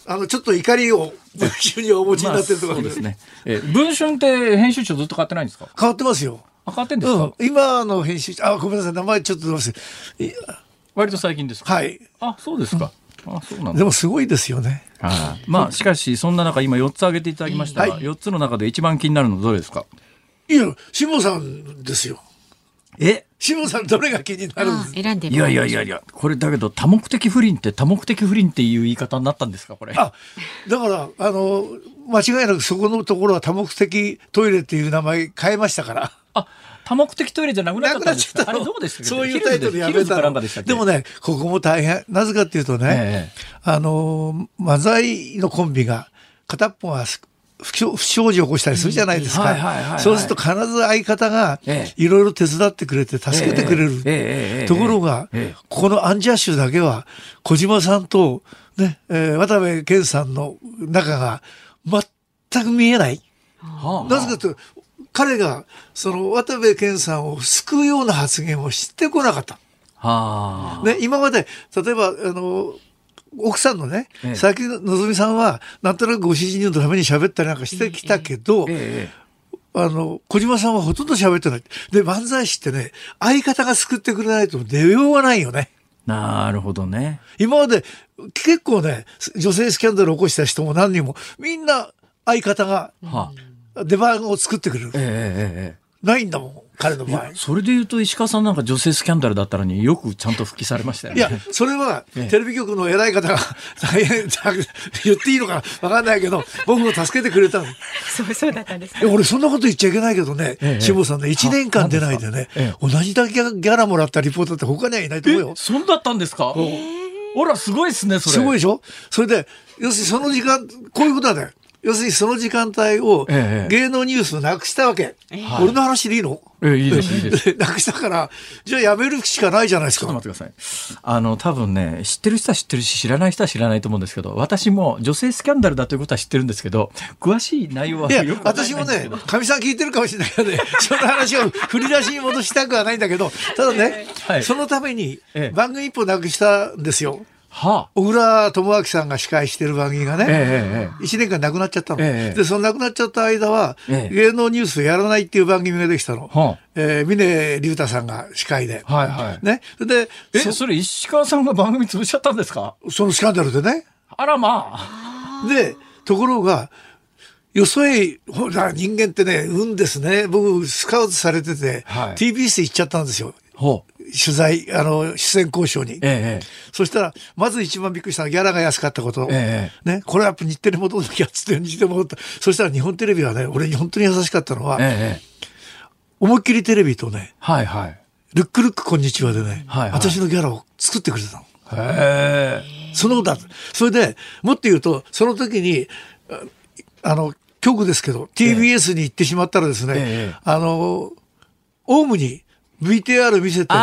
ちょっと怒りを文春にお持ちになってるとか、 そうですね。文春って編集長ずっと変わってないんですか？ 変わってますよ。 変わってんですか？ 今の編集長、ごめんなさい、名前ちょっとどうせ。 割と最近ですか？ はい。 そうですか。そうなんだ。 でもすごいですよね。 しかしそんな中今4つ挙げていただきましたが、4つの中で一番気になるのはどれですか？ いや、下さんですよ。下さんどれが気になるんですか？ 選んでいや、これだけど多目的不倫っていう言い方になったんですかこれ？ だから間違いなくそこのところは多目的トイレっていう名前変えましたから。 多目的トイレじゃなくなっちゃったんですか？あれどうですか？ そういうタイトルやめたの。でもね、ここも大変。なぜかっていうとね、漫才のコンビが片っぽが不祥事を起こしたりするじゃないですか。そうすると必ず相方がいろいろ手伝ってくれて助けてくれる。ところが、ここのアンジャッシュだけは小島さんとね、渡部健さんの仲が全く見えない。なぜかというと、彼がその渡部健さんを救うような発言をしてこなかった。今まで例えば奥さんのね、佐々木希さんはなんとなくご主人のために喋ったりなんかしてきたけど、小島さんはほとんど喋ってない。で、漫才師ってね、相方が救ってくれないと出ようがないよね。 なるほどね。 今まで結構ね、女性スキャンダルを起こした人も何人もみんな相方が出番を作ってくれる。ないんだもん、彼の場合。 それで言うと石川さんなんか女性スキャンダルだったのによくちゃんと復帰されましたよね。 いや、それはテレビ局の偉い方が大変言っていいのかわかんないけど、僕を助けてくれたの。 そうだったんですか。 俺そんなこと言っちゃいけないけどね、下さんね、1年間出ないでね、同じだけギャラもらったリポーターって他にはいないと思うよ。 そんだったんですか？ほら、すごいですね、それ。 すごいでしょ？それで、要するにその時間、こういうことなんだよ。要するにその時間帯を芸能ニュースをなくしたわけ。俺の話でいいの？ いいです、いいです。 なくしたから、じゃあやめるしかないじゃないですか。 ちょっと待ってください。多分ね、知ってる人は知ってるし、知らない人は知らないと思うんですけど、私も女性スキャンダルだということは知ってるんですけど、詳しい内容はよくわからないんですけど。 私もね、かみさん聞いてるかもしれないけどね、その話を振り出しに戻したくはないんだけど、ただね、そのために番組一本なくしたんですよ。小倉智昭さんが司会してる番組がね、1年間なくなっちゃったの。で、そのなくなっちゃった間は、芸能ニュースやらないっていう番組ができたの。峰竜太さんが司会で。ね。で、 それ石川さんが番組潰しちゃったんですか？ そのスキャンダルでね。 あらまあ。 で、ところが、よそへ、ほら、人間ってね、運ですね。僕、スカウトされてて、TBS 行っちゃったんですよ。取材、出演交渉に。そしたら、まず一番びっくりしたのはギャラが安かったこと。ね、これはやっぱ日テレ戻るきゃっつって日テレ戻った。そしたら日本テレビはね、俺に本当に優しかったのは、思いっきりテレビとね、ルックルックこんにちはでね、私のギャラを作ってくれたの。そのことだ。それで、もっと言うと、その時に、局ですけど、TBS に行ってしまったらですね、オウムに、VTR 見せて。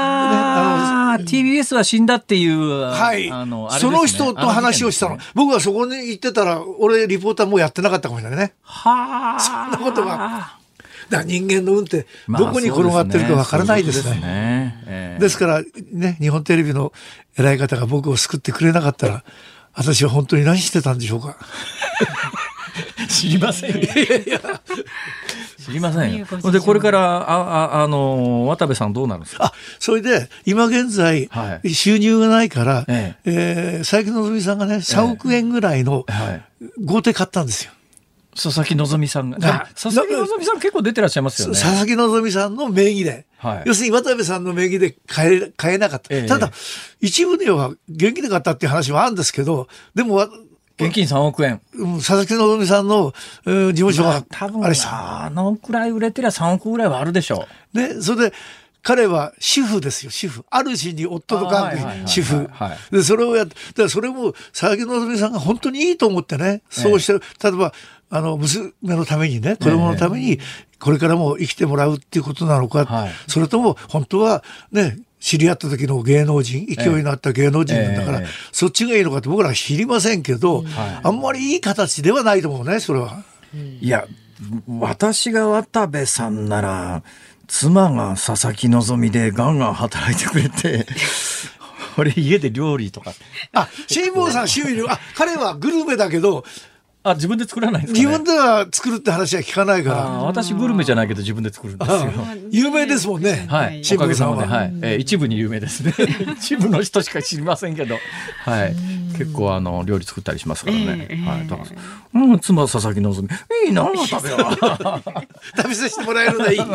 TBS は死んだっていう。 その人と話をしたの。僕はそこに行ってたら、俺リポーターもうやってなかったかもしれないね。そんなことが。だから人間の運ってどこに転がってるかわからないですね。ですからね、日本テレビの偉い方が僕を救ってくれなかったら、私は本当に何してたんでしょうか。 知りませんよ。知りませんよ。で、これから、渡部さんどうなるんですか？ それで、今現在、収入がないから、佐々木希さんがね、3億円ぐらいの豪邸買ったんですよ。 佐々木希さんが。佐々木希さん結構出てらっしゃいますよね。 佐々木希さんの名義で。要するに渡部さんの名義で買えなかった。ただ、一部では現金で買ったっていう話はあるんですけど、でも、 現金3億円。 佐々木希さんの事務所が、 多分くらい売れてりゃ3億ぐらいはあるでしょう。ね、それで、彼は主婦ですよ、主婦。ある日に夫と関係、主婦。で、それをやって、それも佐々木希さんが本当にいいと思ってね、そうして、例えば、娘のためにね、子供のために、これからも生きてもらうっていうことなのか、それとも、本当はね、知り合った時の芸能人、勢いのあった芸能人なんだから、そっちがいいのかって僕らは知りませんけど、あんまりいい形ではないと思うね、それは。 いや、私が渡部さんなら、妻が佐々木希でガンガン働いてくれて、 これ家で料理とか。 辛坊さん趣味彼はグルメだけど、 自分で作らないんですかね。 自分では作るって話は聞かないから。 私グルメじゃないけど自分で作るんですよ。 有名ですもんね。 はい。おかげさまで、はい。一部に有名ですね。一部の人しか知りませんけど、はい。結構料理作ったりしますからね。はい。だから妻佐々木希、いいな食べよう。 食べさせてもらえるのはいい。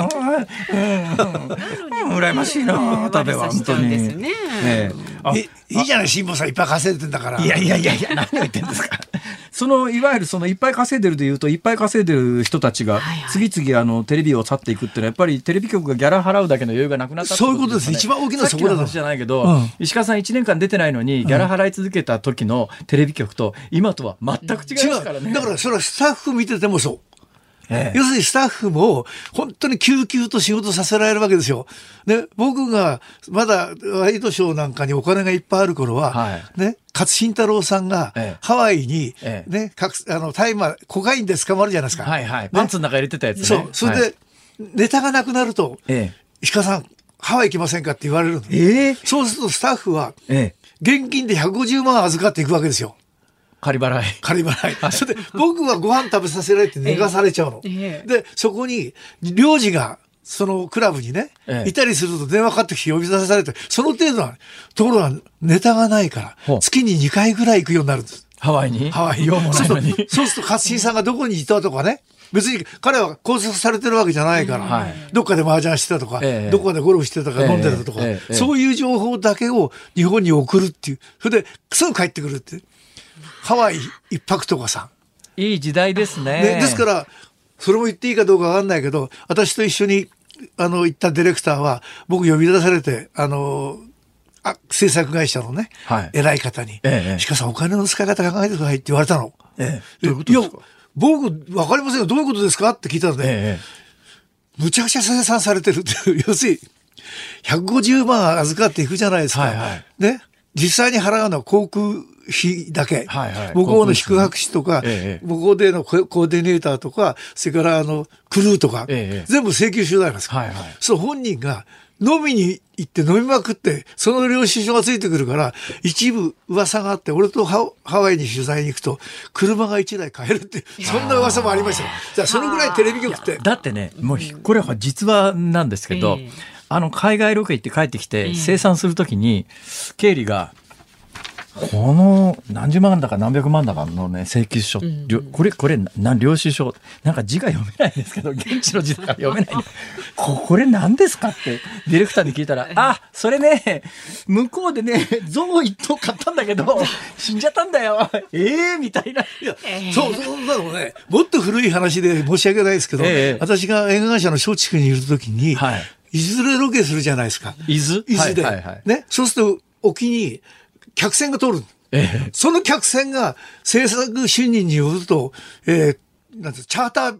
羨ましいな食べは本当に。いいじゃない、辛坊さんいっぱい稼いでんだから。 いや何を言ってんですか。いわゆるいっぱい稼いでるでいうと、いっぱい稼いでる人たちが次々テレビを去っていくっていうのは、やっぱりテレビ局がギャラ払うだけの余裕がなくなったってことですね。そういうことです。 一番大きなそこだと。 さっきの話じゃないけど、石川さん1年間出てないのにギャラ払い続けた時のテレビ局と今とは全く違いますからね。 だからそれはスタッフ見ててもそう。要するにスタッフも本当に救急と仕事させられるわけですよ。ね、僕がまだワイドショーなんかにお金がいっぱいある頃は、ね、勝新太郎さんがハワイに、ね、大麻、コカインで捕まるじゃないですか。 パンツの中入れてたやつね。 そう。それで、ネタがなくなると、石川さん、ハワイ行きませんかって言われるの。そうするとスタッフは、現金で150万預かっていくわけですよ。 仮払い。 それで僕はご飯食べさせられて寝かされちゃうの。で、そこに、領事が、そのクラブにね、いたりすると電話かかってきて呼び出されて、その程度は、ところがネタがないから、月に2回ぐらい行くようになるんです。 ハワイに用もないのに。そうすると、勝新さんがどこにいたとかね、別に彼は拘束されてるわけじゃないから、どっかで麻雀してたとか、どこかでゴルフしてたとか、飲んでたとか、そういう情報だけを日本に送るっていう。それで、すぐ帰ってくるって。ハワイ一泊とかさ。 いい時代ですね。 ですから、それも言っていいかどうかわかんないけど、私と一緒に、行ったディレクターは、僕呼び出されて、制作会社のね、偉い方に、石川さんお金の使い方考えてくださいって言われたの。 どういうことですか？ 僕、わかりませんよ。どういうことですかって聞いたらね、むちゃくちゃ生産されてるっていう、要するに、150万預かっていくじゃないですか。ね。実際に払うのは航空費だけ。向こうの宿泊費とか、向こうでのコーディネーターとか、それからクルーとか、全部請求書なんですから。そう、本人が飲みに行って飲みまくって、その領収書がついてくるから、一部噂があって、俺とハワイに取材に行くと、車が1台買えるって、そんな噂もありましたよ。じゃあ、そのぐらいテレビ局って。 だってね、もう、これは実話なんですけど、海外ロケ行って帰ってきて、生産するときに、経理が、この何十万だか何百万だかのね、請求書、これ領収書、なんか字が読めないんですけど、現地の字だから読めない。これ何ですかってディレクターに聞いたら、それね、向こうでね、象一頭買ったんだけど、死んじゃったんだよ。みたいな。いや、 そうだろうね。もっと古い話で申し訳ないですけど、私が映画会社の松竹にいるときに、伊豆でロケするじゃないですか。伊豆で。ね。そうすると、沖に、客船が通る。その客船が制作主任によると、チャーター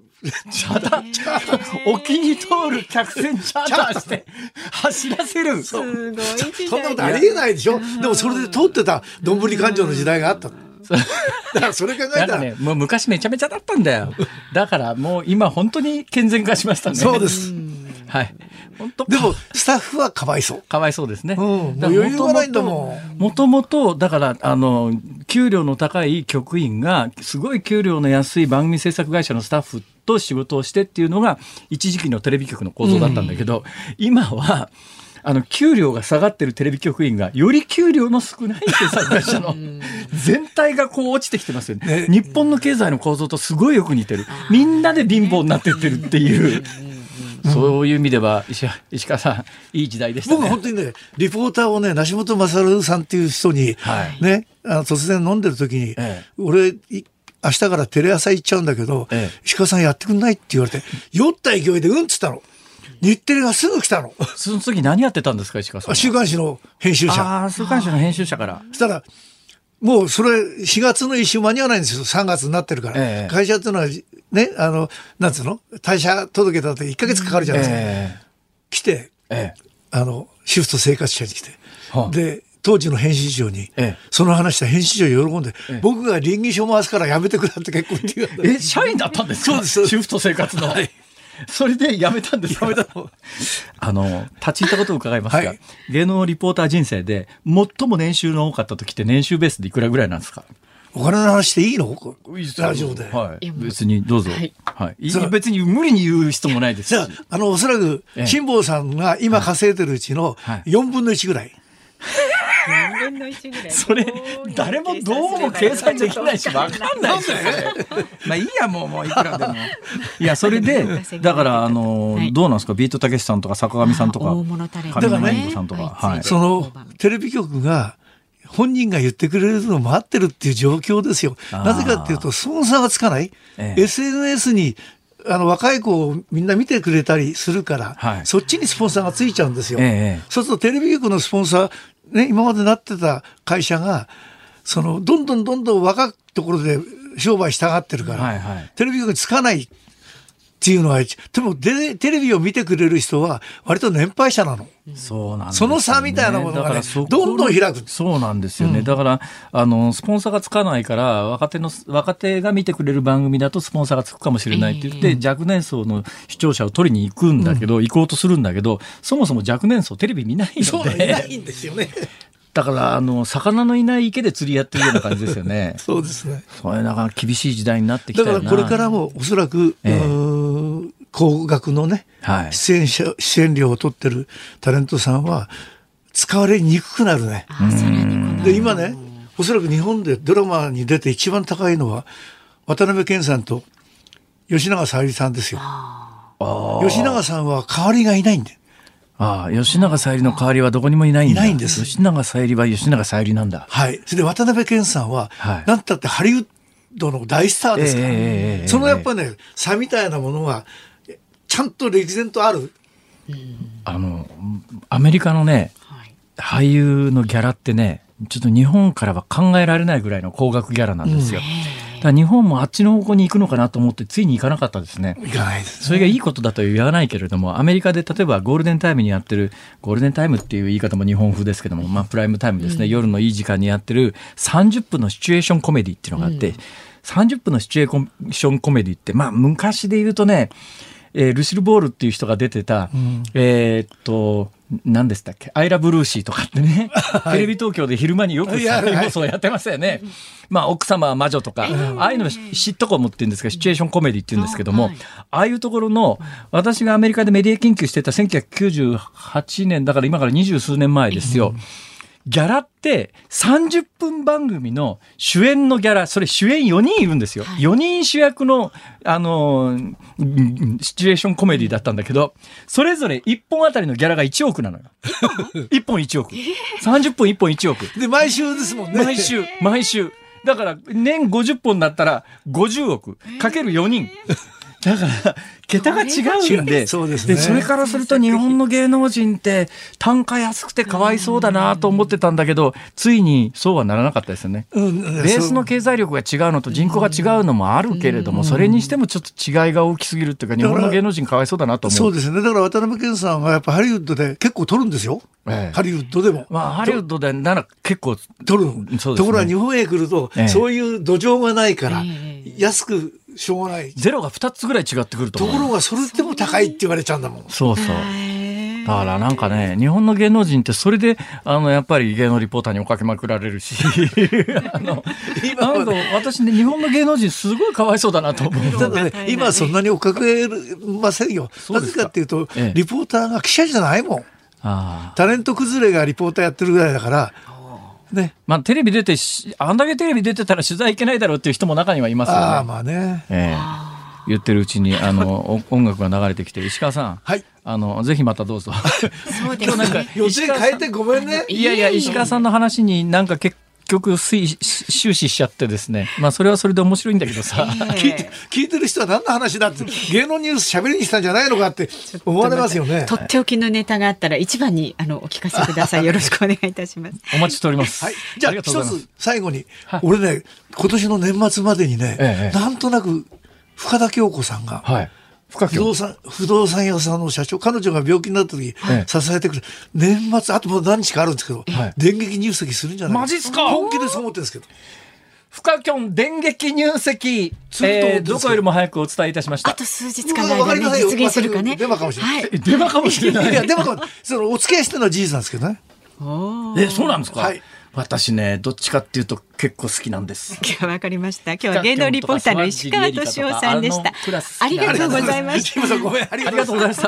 沖に通る客船チャーターして走らせる。 すごいそんなことありえないでしょ。でもそれで通ってたどんぶり勘定の時代があった。だからそれ考えたらね、もう昔めちゃめちゃだったんだよ。だからもう今本当に健全化しましたね。 そうです。 はい。本当。 でもスタッフはかわいそう。 かわいそうですね。 もう余裕がないんだもん。 もともとだから給料の高い局員がすごい給料の安い番組制作会社のスタッフと仕事をしてっていうのが一時期のテレビ局の構造だったんだけど、今は給料が下がってるテレビ局員がより給料の少ない制作会社の全体がこう落ちてきてますよね。日本の経済の構造とすごいよく似てる。みんなで貧乏になってってるっていう。そういう意味では石川さんいい時代でしたね。 僕本当にねリポーターをね梨本勝さんっていう人に、ね突然飲んでる時に、俺明日からテレ朝行っちゃうんだけど、石川さんやってくんないって言われて酔った勢いでっつったの。日テレがすぐ来たの。 その時何やってたんですか石川さん。 週刊誌の編集者。 週刊誌の編集者から。 そしたらもうそれ4月の一週間に合わないんですよ。3月になってるから、会社っていうのはねなんつうの退社届だと1ヶ月かかるじゃないですか。来て、シフト生活者に来て、で当時の編集長に、その話した編集長喜んで、僕が稟議書回すからやめてくれって結構って言う。 社員だったんですか。 そうです。 シフト生活の。 それで辞めたんですか？ 辞めたの。 立ち入ったことを伺いますか？ はい、 芸能リポーター人生で最も年収の多かった時って年収ベースでいくらぐらいなんですか？ お金の話していいの？ラジオで。 はい。別にどうぞ。 はい。 別に無理に言う人もないですし。 じゃあ、おそらく、辛坊さんが今稼いでるうちの4分の1ぐらい。 4分の1ぐらい。 それ、誰もどうも計算できないし、わかんないですよね。まあいいや、もういくらでも。いや、それで、だから、どうなんですか、ビートたけしさんとか坂上さんとか、 大物タレント上沼恵美子さんとか。はい。 その、テレビ局が、本人が言ってくれるのを待ってるっていう状況ですよ。なぜかっていうと、スポンサーがつかない。SNS に、若い子をみんな見てくれたりするから、はい、そっちにスポンサーがついちゃうんですよ。そうするとテレビ局のスポンサー、ね、今までなってた会社が、どんどん若いところで商売したがってるから、はいはい、テレビ局につかないっていうのは、でもテレビを見てくれる人は割と年配者なの。 そうなんですね。 その差みたいなものがね、どんどん開く。 そうなんですよね。だから、スポンサーがつかないから、若手が見てくれる番組だとスポンサーがつくかもしれないって言って、若年層の視聴者を取りに行くんだけど、行こうとするんだけど、そもそも若年層テレビ見ないので。 そう、いないんですよね。 だから、魚のいない池で釣りやってるような感じですよね。 そうですね。 それなかなか厳しい時代になってきたよな。 だからこれからもおそらく、高額のね、はい、出演料を取ってるタレントさんは使われにくくなるね。で、今ね、おそらく日本でドラマに出て一番高いのは渡辺謙さんと吉永小百合さんですよ。吉永さんは代わりがいないんで。 吉永小百合の代わりはどこにもいないんだ。 いないんです。 吉永小百合は吉永小百合なんだ。 はい。それで渡辺謙さんは、はい、なんたってハリウッドの大スターですから、そのやっぱね、差みたいなものがちゃんと歴然とある。 アメリカのね、俳優のギャラってね、ちょっと日本からは考えられないぐらいの高額ギャラなんですよ。だから日本もあっちの方向に行くのかなと思ってついに行かなかったですね。 行かないですね。 それがいいことだとは言わないけれども、アメリカで例えばゴールデンタイムにやってる、ゴールデンタイムっていう言い方も日本風ですけども、プライムタイムですね、夜のいい時間にやってる30分のシチュエーションコメディっていうのがあって、30分のシチュエーションコメディって、昔で言うとね、ルシル・ボールっていう人が出てた、何でしたっけ、アイラ・ブルーシーとかってね、テレビ東京で昼間によく再放送やってましたよね。奥様は魔女とか、ああいうのシットコムっていうんですか、シチュエーションコメディっていうんですけども、ああいうところの、私がアメリカでメディア研究してた1998年、だから今から20数年前ですよ。ギャラって30分番組の主演のギャラ、それ主演4人いるんですよ。4人主役の、シチュエーションコメディだったんだけど、それぞれ1本あたりのギャラが1億なのよ。1本1億。30分1本1億。 で、毎週ですもんね。 毎週。だから、年50本だったら50億。かける4人。だから、桁が違うんで、 そうですね。 で、それからすると日本の芸能人って単価安くてかわいそうだなと思ってたんだけど、ついにそうはならなかったですよね。ベースの経済力が違うのと人口が違うのもあるけれども、それにしてもちょっと違いが大きすぎるっていうか、日本の芸能人かわいそうだなと思う。 そうですね。だから渡辺謙さんはやっぱハリウッドで結構取るんですよ。ハリウッドでも。 ハリウッドでなら結構取る。ところが日本へ来ると、そういう土壌がないから、安くしょうがない。 ゼロが2つぐらい違ってくると思う。 ところがそれでも高いって言われちゃうんだもん。 そうそう。だからなんかね、日本の芸能人ってそれでやっぱり芸能リポーターに追っかけまくられるしなんか私ね、日本の芸能人すごいかわいそうだなと思う。 ただね、今そんなに追っかけませんよ。なぜかっていうと、リポーターが記者じゃないもん。タレント崩れがリポーターやってるぐらいだからね。 テレビ出てあんだけテレビ出てたら取材行けないだろうっていう人も中にはいますよね。言ってるうちに音楽が流れてきて、石川さん、 はい、 ぜひまたどうぞ。 そうですね。 今日なんか予定変えてごめんね。 いや石川さんの話になんか結局終始しちゃってですね。それはそれで面白いんだけどさ、 聞いてる人は何の話だって、芸能ニュース喋りにしたんじゃないのかって思われますよね。 とっておきのネタがあったら一番にお聞かせください。よろしくお願いいたします。 お待ちしております。 はい、じゃあ一つ最後に、俺ね、今年の年末までにね、なんとなく深田恭子さんが、不動産屋さんの社長、彼女が病気になった時、支えてくれる。年末、あともう何日かあるんですけど、電撃入籍するんじゃないか。 マジっすか。 本気でそう思ってるんですけど。 フカキョン電撃入籍、どこよりも早くお伝えいたしました。 あと数日間の間に実現するかね。 デマかもしれない。 デマかもしれない。 いやデマかも。そのお付き合いしてるのは事実なんですけどね。 そうなんですか。 はい。 私ね、どっちかっていうと結構好きなんです。 今日わかりました。今日は芸能リポーターの石川俊夫さんでした。ありがとうございました。 ごめん、ありがとうございました。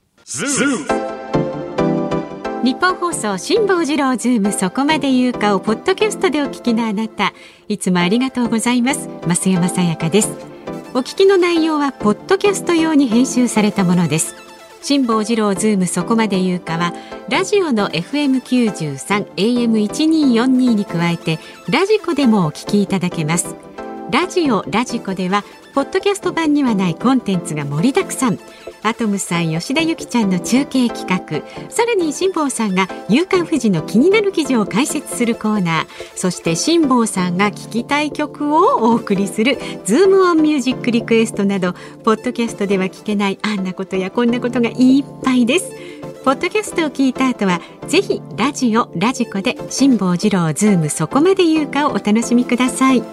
日本放送辛坊治郎ズームそこまで言うかをポッドキャストでお聞きのあなた、いつもありがとうございます。増山さやかです。お聞きの内容はポッドキャスト用に編集されたものです。辛坊治郎ズームそこまで言うかはラジオの FM93 AM1242 に加えてラジコでもお聞きいただけます。ラジオラジコではポッドキャスト版にはないコンテンツが盛りだくさん。アトムさん、吉田ゆきちゃんの中継企画、さらに辛坊さんが夕刊フジの気になる記事を解説するコーナー、そして辛坊さんが聞きたい曲をお送りするズームオンミュージックリクエストなど、ポッドキャストでは聞けないあんなことやこんなことがいっぱいです。ポッドキャストを聞いた後はぜひラジオラジコで辛坊治郎ズームそこまで言うかをお楽しみください。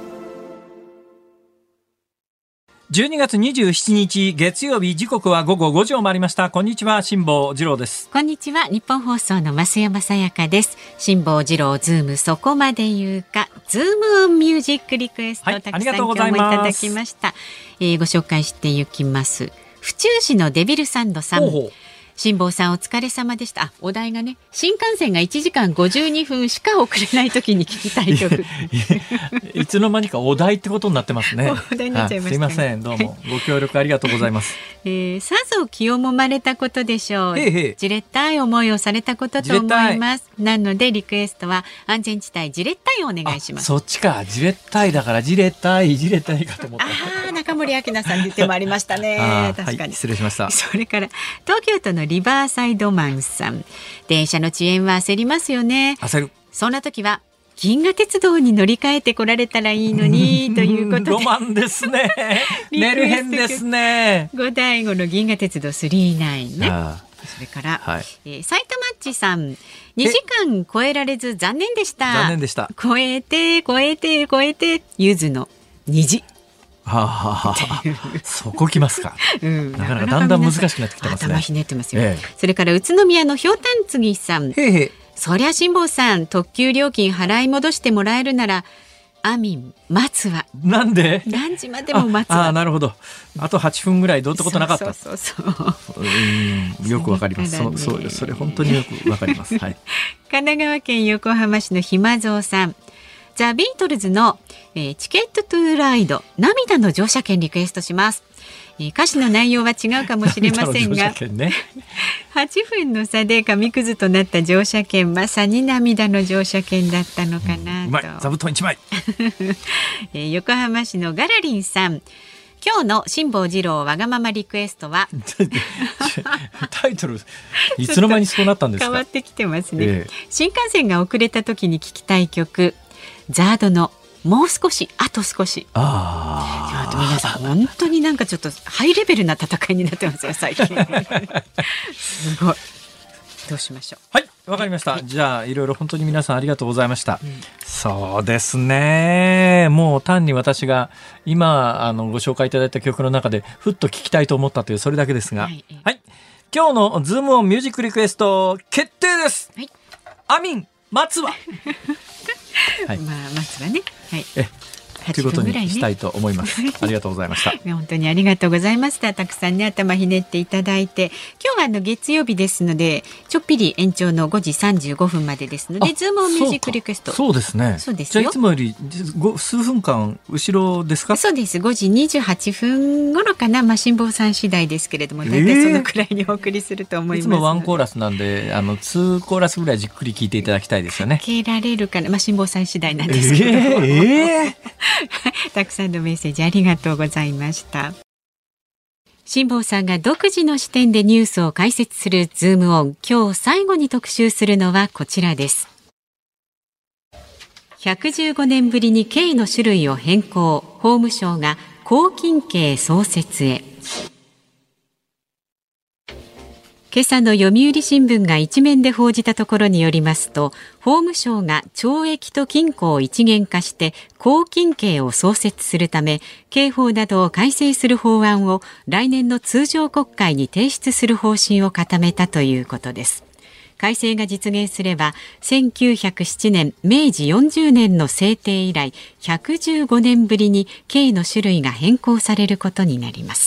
12月27日月曜日、時刻は午後5時を回りました。こんにちは、辛坊治郎です。 こんにちは、日本放送の増山さやかです。辛坊治郎ズームそこまで言うか、ズームオンミュージックリクエスト、たくさん今日もいただきました。ご紹介していきます。府中市のデビルサンドさん。辛坊さんお疲れ様でした。お題がね、新幹線が1時間52分しか遅れない時に聞きたい曲。 いつの間にかお題ってことになってますね。 お題になっちゃいましたね。 すいません、どうもご協力ありがとうございます。 さぞ気をもまれたことでしょう。じれったい思いをされたことと思います。なのでリクエストは安全地帯じれったいをお願いします。 そっちか、じれったいだからじれったいかと思った。 中森明菜さんの言ってもありましたね。確かに、 はい、失礼しました。 それから東京都のリバーサイドマンさん。電車の遅延は焦りますよね。 焦る。 そんな時は銀河鉄道に乗り換えてこられたらいいのにということで、 ロマンですね。メルヘンですね。 五代五の銀河鉄道39ね。それから、埼玉っちさん、2時間超えられず残念でした。 残念でした。 超えてゆずの虹。 そこ来ますか。なかなかだんだん難しくなってきてますね。 頭ひねってますよ。それから宇都宮のひょうたんつぎさん。そりゃ辛坊さん、特急料金払い戻してもらえるならアミン待つわ。 なんで何時までも待つわ。 なるほど。あと8分ぐらいどうってことなかった。 そうよくわかります。それ本当によくわかります。はい、 神奈川県横浜市のひまぞうさん。ザ・ビートルズの、チケット・トゥ・ライド涙の乗車券リクエストします。歌詞の内容は違うかもしれませんが、8分の差で紙くずとなった乗車券、まさに涙の乗車券だったのかなと。 うまい、座布団1枚。 横浜市のガラリンさん。今日の辛坊治郎わがままリクエストはタイトルいつの間にそうなったんですか。 変わってきてますね。新幹線が遅れた時に聞きたい曲、ザードのもう少しあと少し。皆さん本当になんかちょっとハイレベルな戦いになってますよ最近。すごい。どうしましょう。 はい、わかりました。じゃあいろいろ本当に皆さんありがとうございました。そうですね。もう単に私が今ご紹介いただいた曲の中でふっと聞きたいと思ったというそれだけですが、はい、今日のズームオンミュージックリクエスト決定です。アミン待つわ。 待つわね。 ということにしたいと思います。ありがとうございました。 本当にありがとうございました。たくさんね頭ひねっていただいて、今日は月曜日ですのでちょっぴり延長の5時35分までですので、ズームオンミュージックリクエスト。 そうですね。 そうですよ。じゃあいつもより数分間後ろですか。そうです。 5時28分頃かな。辛坊さん次第ですけれども、大体そのくらいにお送りすると思います。いつもワンコーラスなんで2コーラスぐらいじっくり聞いていただきたいですよね。 受けられるかな。辛坊さん次第なんですけど。たくさんのメッセージありがとうございました。辛坊さんが独自の視点でニュースを解説するズームオン。今日最後に特集するのはこちらです。115年ぶりに刑の種類を変更。法務省が拘禁刑創設へ。 今朝の読売新聞が一面で報じたところによりますと、法務省が懲役と禁錮を一元化して拘禁刑を創設するため、刑法などを改正する法案を来年の通常国会に提出する方針を固めたということです。改正が実現すれば、1907年明治40年の制定以来115年ぶりに刑の種類が変更されることになります。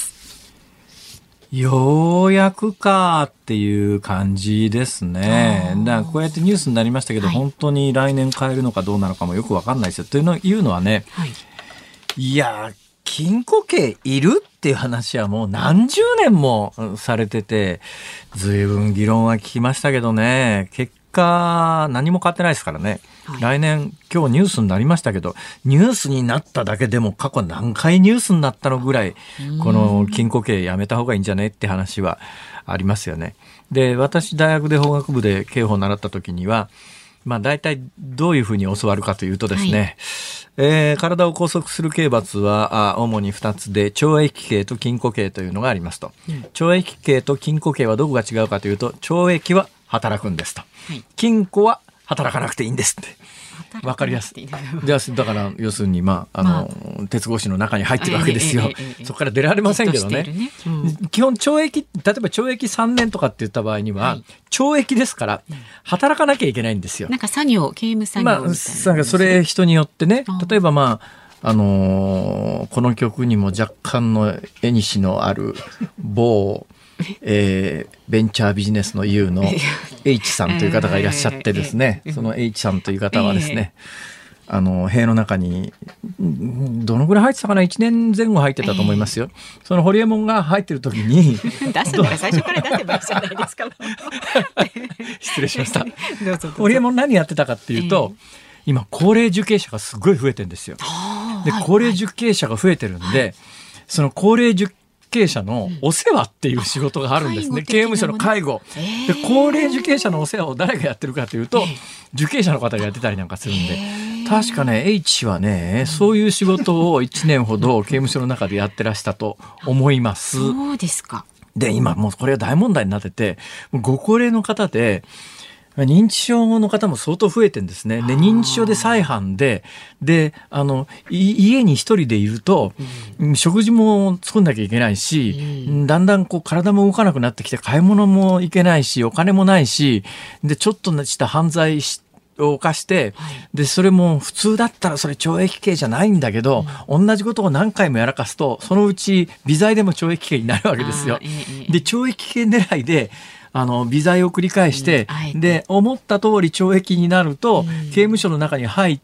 ようやくかっていう感じですね。だからこうやってニュースになりましたけど、本当に来年変えるのかどうなのかもよく分かんないですよ。というのはね、いや禁錮刑いるっていう話はもう何十年もされてて、随分議論は聞きましたけどね、結果何も変わってないですからね。来年今日ニュースになりましたけど、ニュースになっただけでも過去何回ニュースになったのぐらい、この禁錮刑やめた方がいいんじゃねって話はありますよね。で、私大学で法学部で刑法を習った時には、大体どういうふうに教わるかというとですね、体を拘束する刑罰は主に2つで、懲役刑と禁錮刑というのがありますと。懲役刑と禁錮刑はどこが違うかというと、懲役は働くんですと、禁錮は働かなくていいんですって。わかりやすい。だから要するに鉄格子の中に入ってるわけですよ。そこから出られませんけどね。基本例えば懲役3年とかって言った場合には、懲役ですから働かなきゃいけないんですよ。 なんか刑務作業みたいな。 それ人によってね、例えばこの曲にも若干の縁のある某ベンチャービジネスの U の H さんという方がいらっしゃってですね、その H さんという方はですね、塀の中にどのぐらい入ってたかな、1年前後入ってたと思いますよ。そのホリエモンが入ってる時に出すのが最初から出せばいいじゃないですか。 失礼しました。ホリエモン何やってたかっていうと、今高齢受刑者がすごい増えてるんですよ。で、高齢受刑者が増えてるんで、その高齢受刑者のお世話っていう仕事があるんですね。刑務所の介護で、高齢受刑者のお世話を誰がやってるかというと、受刑者の方がやってたりなんかするんで、確かね H はね、そういう仕事を1年ほど刑務所の中でやってらしたと思います。 そうですか。 で、今もうこれは大問題になってて、ご高齢の方で認知症の方も相当増えてるんですね。で、認知症で再犯で、家に一人でいると、食事も作んなきゃいけないし、だんだん体も動かなくなってきて、買い物も行けないし、お金もないし、で、ちょっとした犯罪を犯して、で、それも普通だったらそれ懲役刑じゃないんだけど、同じことを何回もやらかすと、そのうち微罪でも懲役刑になるわけですよ。で、懲役刑狙いで、微罪を繰り返して、で、思った通り懲役になると、刑務所の中に入って、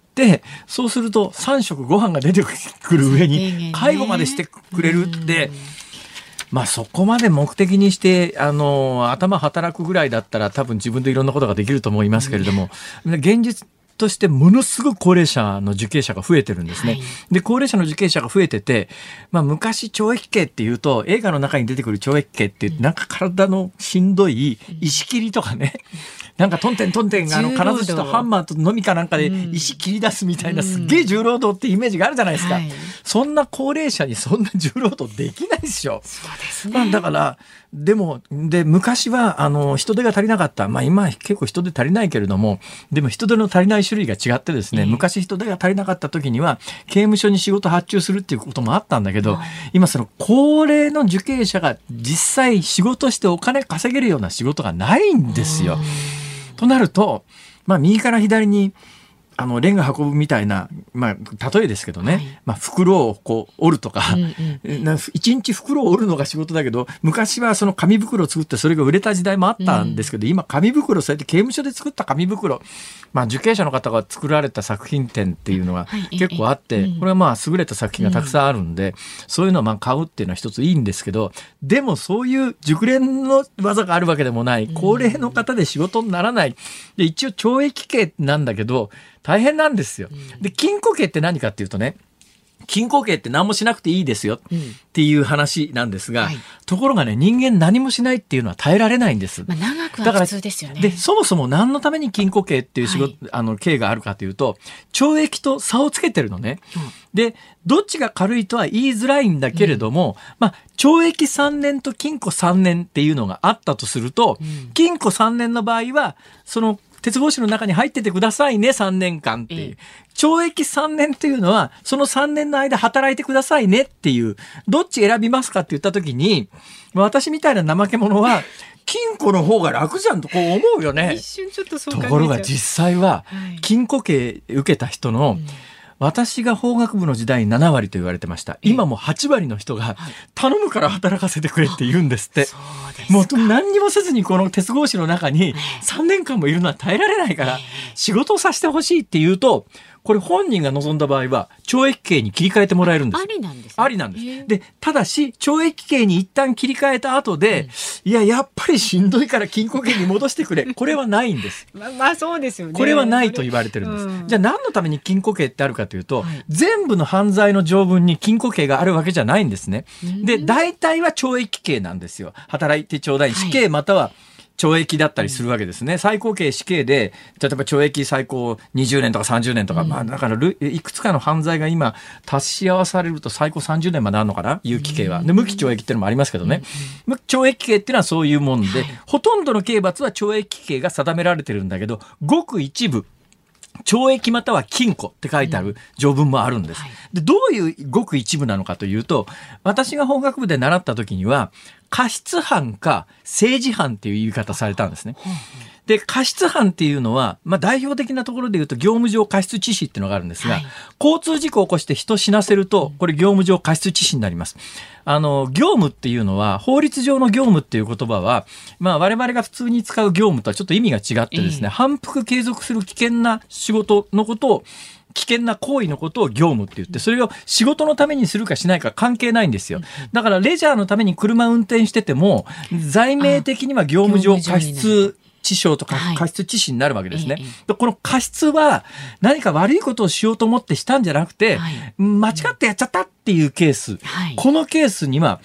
そうすると3食ご飯が出てくる上に、介護までしてくれるって、そこまで目的にして、頭働くぐらいだったら多分自分でいろんなことができると思いますけれども、現実としてものすごく高齢者の受刑者が増えてるんですね。で、高齢者の受刑者が増えてて、昔懲役刑っていうと、映画の中に出てくる懲役刑って言って、なんか体のしんどい石切りとかね、なんかトンテン金槌とハンマーとのみかなんかで石切り出すみたいな、すっげえ重労働ってイメージがあるじゃないですか。そんな高齢者にそんな重労働できないですよ。 そうですね。 だからで昔は人手が足りなかった。今結構人手足りないけれども、でも人手の足りない種類が違ってですね、昔人手が足りなかった時には刑務所に仕事発注するっていうこともあったんだけど、今その高齢の受刑者が実際仕事してお金稼げるような仕事がないんですよ。となると、右から左にレンガ運ぶみたいな、例えですけどね、袋を折るとか、一日袋を折るのが仕事だけど、昔はその紙袋を作ってそれが売れた時代もあったんですけど、今紙袋、そうやって刑務所で作った紙袋、受刑者の方が作られた作品展っていうのが結構あって、これは優れた作品がたくさんあるんで、そういうのを買うっていうのは一ついいんですけど、でもそういう熟練の技があるわけでもない、高齢の方で仕事にならない、で一応懲役刑なんだけど大変なんですよ。で、禁錮刑って何かっていうとね、 禁錮刑って何もしなくていいですよっていう話なんですが、ところがね、人間何もしないっていうのは耐えられないんです。 長くは普通ですよね。 で、そもそも何のために禁錮刑っていう刑があるかというと、懲役と差をつけてるのね。で、どっちが軽いとは言いづらいんだけれども、懲役3年と禁錮3年っていうのがあったとすると、禁錮3年の場合は、その鉄格子の中に入っててくださいね、3年間っていう。懲役3年というのは、その3年の間働いてくださいねっていう、どっち選びますかって言ったときに、私みたいな怠け者は、禁錮の方が楽じゃんとこう思うよね。 一瞬ちょっとそう考えちゃう。 ところが実際は、禁錮刑受けた人の、私が法学部の時代に7割と言われてました。今も8割の人が頼むから働かせてくれって言うんですって。もう何にもせずにこの鉄格子の中に3年間もいるのは耐えられないから仕事をさせてほしいって言うと、これ本人が望んだ場合は懲役刑に切り替えてもらえるんです。 ありなんですね。 ありなんです。で、ただし懲役刑に一旦切り替えた後で、やっぱりしんどいから禁錮刑に戻してくれ。これはないんです。 そうですよね。 これはないと言われてるんです。じゃあ何のために禁錮刑ってあるかというと、全部の犯罪の条文に禁錮刑があるわけじゃないんですね。で、大体は懲役刑なんですよ。働いてちょうだい。死刑または懲役だったりするわけですね。最高刑死刑で、例えば懲役最高20年とか30年とか、だからいくつかの犯罪が今足し合わされると最高30年まであるのかな、有期刑は。で、無期懲役っていうのもありますけどね。無期懲役刑っていうのはそういうもんで、ほとんどの刑罰は懲役刑が定められてるんだけど、ごく一部、懲役または禁錮って書いてある条文もあるんです。で、どういうごく一部なのかというと、私が法学部で習った時には、過失犯か政治犯っていう言い方されたんですね。で、過失犯っていうのは、代表的なところで言うと業務上過失致死っていうのがあるんですが、交通事故を起こして人死なせると、これ業務上過失致死になります。業務っていうのは、法律上の業務っていう言葉は、我々が普通に使う業務とはちょっと意味が違ってですね、反復継続する危険な仕事のことを、危険な行為のことを業務って言って、それを仕事のためにするかしないか関係ないんですよ。だからレジャーのために車運転してても、罪名的には業務上過失致傷とか過失致死になるわけですね。この過失は何か悪いことをしようと思ってしたんじゃなくて、間違ってやっちゃったっていうケース。このケースには、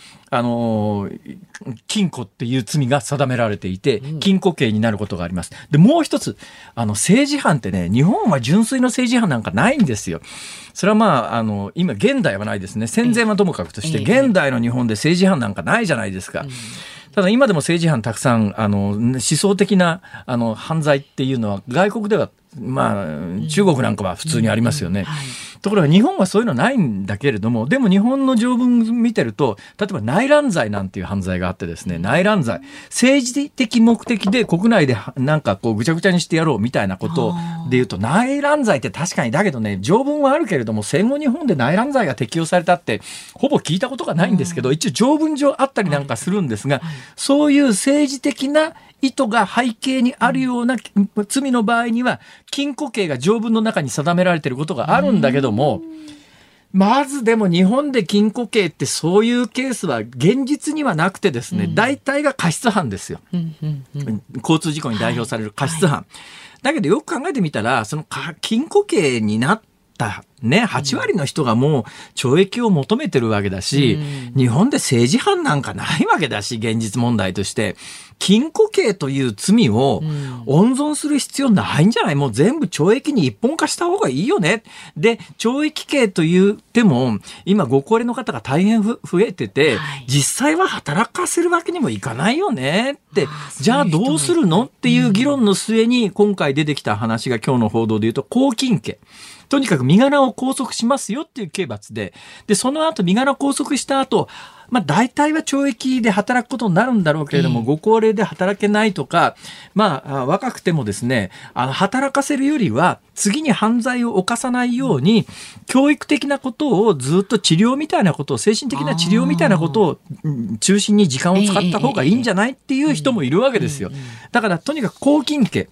禁錮っていう罪が定められていて、禁錮刑になることがあります。で、もう一つ、政治犯ってね、日本は純粋の政治犯なんかないんですよ。それは今、現代はないですね。戦前はともかくとして、現代の日本で政治犯なんかないじゃないですか。ただ今でも政治犯たくさん、思想的な、犯罪っていうのは外国では、中国なんかは普通にありますよね。ところが日本はそういうのないんだけれども、でも日本の条文見てると、例えば内乱罪なんていう犯罪があってですね、内乱罪、政治的目的で国内でなんかこうぐちゃぐちゃにしてやろうみたいなことで言うと、内乱罪って確かにだけどね、条文はあるけれども、戦後日本で内乱罪が適用されたってほぼ聞いたことがないんですけど、一応条文上あったりなんかするんですが、そういう政治的な意図が背景にあるような罪の場合には禁錮刑が条文の中に定められていることがあるんだけども、まずでも日本で禁錮刑ってそういうケースは現実にはなくてですね、大体が過失犯ですよ。交通事故に代表される過失犯。だけどよく考えてみたら、その禁錮刑になったね、8割の人がもう懲役を求めてるわけだし、日本で政治犯なんかないわけだし、現実問題として。禁錮刑という罪を温存する必要ないんじゃない？もう全部懲役に一本化した方がいいよね。で、懲役刑と言っても、今ご高齢の方が大変増えてて、実際は働かせるわけにもいかないよねって、じゃあどうするのっていう議論の末に今回出てきた話が今日の報道で言うと、拘禁刑。とにかく身柄を拘束しますよっていう刑罰で、その後身柄拘束した後、大体は懲役で働くことになるんだろうけれども、ご高齢で働けないとか、若くてもですね、働かせるよりは、次に犯罪を犯さないように、教育的なことをずっと治療みたいなことを、精神的な治療みたいなことを中心に時間を使った方がいいんじゃないっていう人もいるわけですよ。だからとにかく拘禁刑。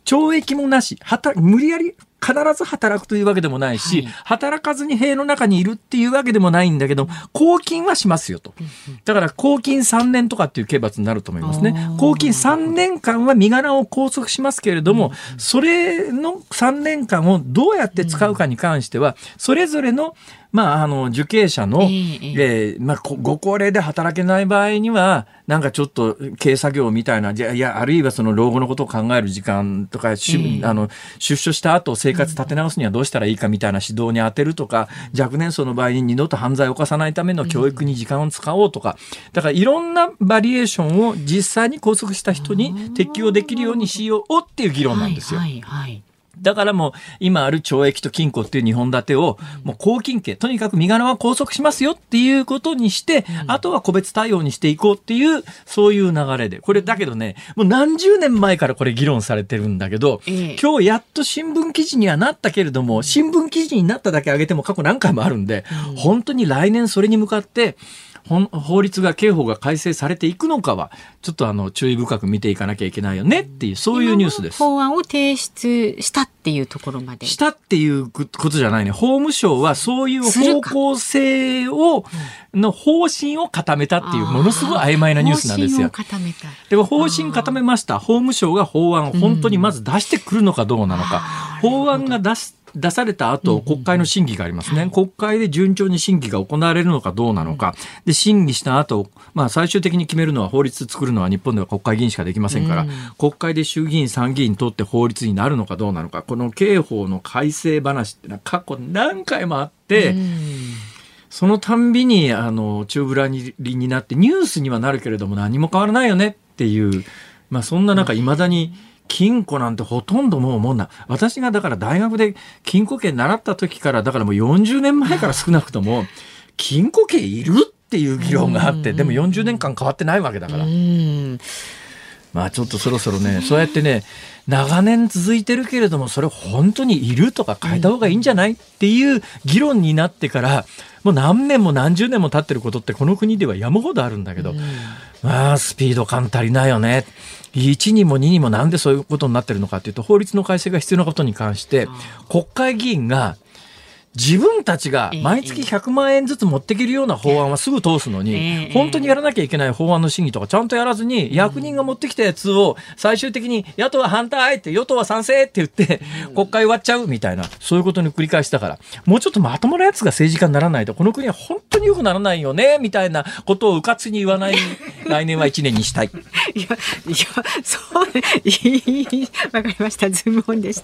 懲役もなし、無理やり必ず働くというわけでもないし、働かずに塀の中にいるっていうわけでもないんだけど、拘禁はしますよと。だから拘禁3年とかっていう刑罰になると思いますね。拘禁3年間は身柄を拘束しますけれども、それの3年間をどうやって使うかに関しては、それぞれの受刑者の、ご高齢で働けない場合には、なんかちょっと軽作業みたいな、あるいはその老後のことを考える時間とか、出所した後生活立て直すにはどうしたらいいかみたいな指導に当てるとか、若年層の場合に二度と犯罪を犯さないための教育に時間を使おうとか、だからいろんなバリエーションを実際に拘束した人に適用できるようにしようっていう議論なんですよ。だからもう今ある懲役と禁錮っていう2本立てをもう拘禁刑、とにかく身柄は拘束しますよっていうことにして、あとは個別対応にしていこうっていう、そういう流れで、これだけどね、もう何十年前からこれ議論されてるんだけど、今日やっと新聞記事にはなったけれども、新聞記事になっただけ上げても過去何回もあるんで、本当に来年それに向かって法律が刑法が改正されていくのかはちょっと注意深く見ていかなきゃいけないよねっていう、そういうニュースです。 法案を提出したっていうところまでしたっていうことじゃないね。法務省はそういう方向性の方針を固めたっていう、ものすごい曖昧なニュースなんですよ。でも方針固めました。法務省が法案を本当にまず出してくるのかどうなのか。法案が出された後、国会の審議がありますね。国会で順調に審議が行われるのかどうなのか。で、審議した後、最終的に決めるのは、法律作るのは日本では国会議員しかできませんから、国会で衆議院、参議院通って法律になるのかどうなのか。この刑法の改正話ってのは過去何回もあって、そのたんびに宙ぶらりになってニュースにはなるけれども何も変わらないよねっていう、そんな中未だに禁錮なんてほとんどもう私がだから大学で禁錮刑習った時から、だからもう40年前から少なくとも禁錮刑いるっていう議論があって、でも40年間変わってないわけだから、ちょっとそろそろね、そうやってね、長年続いてるけれどもそれ本当にいるとか変えた方がいいんじゃないっていう議論になってから、もう何年も何十年も経ってることってこの国では山ほどあるんだけど、スピード感足りないよね。1にも2にもなんでそういうことになってるのかっていうと、法律の改正が必要なことに関して国会議員が自分たちが毎月100万円ずつ持っていけるような法案はすぐ通すのに、本当にやらなきゃいけない法案の審議とかちゃんとやらずに、役人が持ってきたやつを最終的に野党は反対って与党は賛成って言って国会終わっちゃうみたいな、そういうことの繰り返しだから、もうちょっとまともなやつが政治家にならないとこの国は本当に良くならないよねみたいなことをうかつに言わない来年は1年にしたい。 そうね、わかりました。ズームオンでした。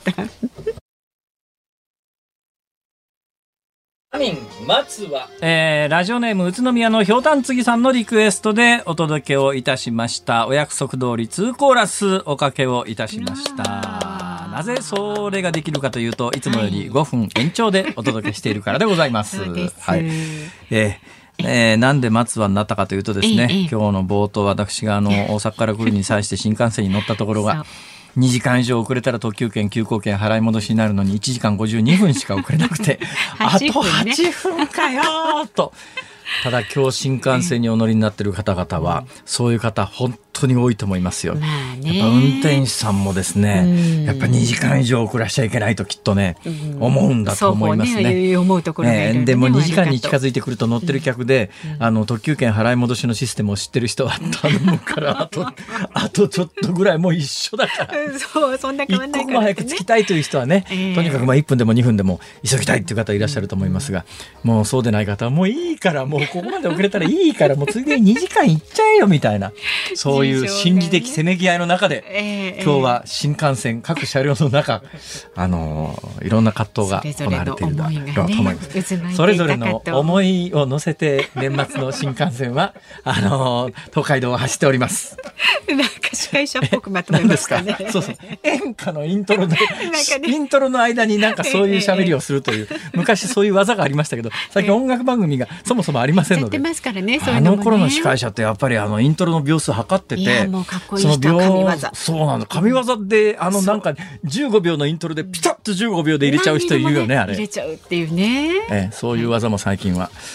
まずは、ラジオネーム宇都宮のひょうたんつぎさんのリクエストでお届けをいたしました。お約束通り2コーラスおかけをいたしました。なぜそれができるかというと、いつもより5分延長でお届けしているからでございます。はい。なんで松葉になったかというとですね、今日の冒頭私が大阪から来るに際して新幹線に乗ったところが2時間以上遅れたら特急券急行券払い戻しになるのに1時間52分しか遅れなくてあと8分かよと。ただ今日新幹線にお乗りになっている方々は、そういう方本当に多いと思いますよ。やっぱ運転手さんもですね、やっぱ2時間以上遅らしちゃいけないときっとね、思うんだと思いますね。 思うところでも2時間に近づいてくると乗ってる客で、特急券払い戻しのシステムを知ってる人は頼むからあとちょっとぐらいもう一緒だからそんな変わんないからね。一刻も早く着きたいという人はね、とにかく1分でも2分でも急ぎたいっていう方いらっしゃると思いますが、もうそうでない方はもういいからもうここまで遅れたらいいからもうついでに2時間行っちゃえよみたいな、そういう心理的せめぎ合いの中で、今日は新幹線各車両の中いろんな葛藤が行われているだろうと思います。それぞれの思いを乗せて年末の新幹線は東海道を走っております。 なんか司会者っぽくまとめましたね。 そう演歌のイントロでイントロの間になんかそういう喋りをするという、昔そういう技がありましたけど、最近音楽番組がそもそもありませんので、あの頃の司会者ってやっぱりイントロの秒数測ってて、 もうかっこいい人神業。 そうなの、神業でなんか15秒のイントロでピタッと15秒で入れちゃう人いるよね。あれ入れちゃうっていうね、 そういう技も最近は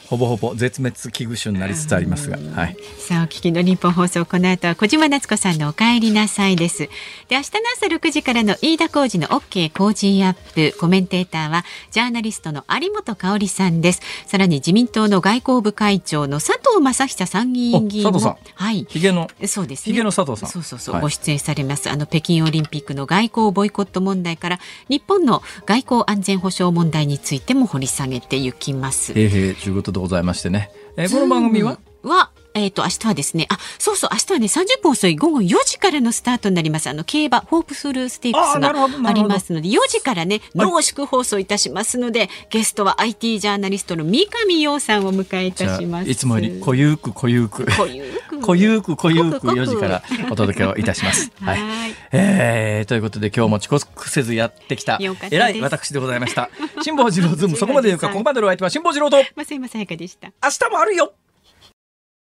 ほぼほぼ絶滅危惧種になりつつありますが、はい、 さあお聞きの日本放送、この後は小島夏子さんのお帰りなさいです。で、明日の朝6時からの飯田浩司の OK 工事アップ、コメンテーターはジャーナリストの有本香里さんです。さらに自民党の外交部会長の佐藤正久参議院議員も、 佐藤さん、はい、ヒゲのそうですね、 ヒゲの佐藤さん、 そう、はい、ご出演されます。北京オリンピックの外交ボイコット問題から日本の外交安全保障問題についても掘り下げていきます。 ということでございましてね、この番組は明日はですね、明日はね、30分遅い午後4時からのスタートになります。競馬ホープフルステークスがありますので、4時からね、濃縮放送いたしますので、ゲストは IT ジャーナリストの三上洋さんを迎えいたします。 いつもより濃ゆく4時からお届けをいたします。はい、ということで今日も遅刻せずやってきた偉い私でございました。辛坊治郎ズーム、そこまで言うか、ここまでのお相手は辛坊治郎と増山さやかでした。 明日もあるよ。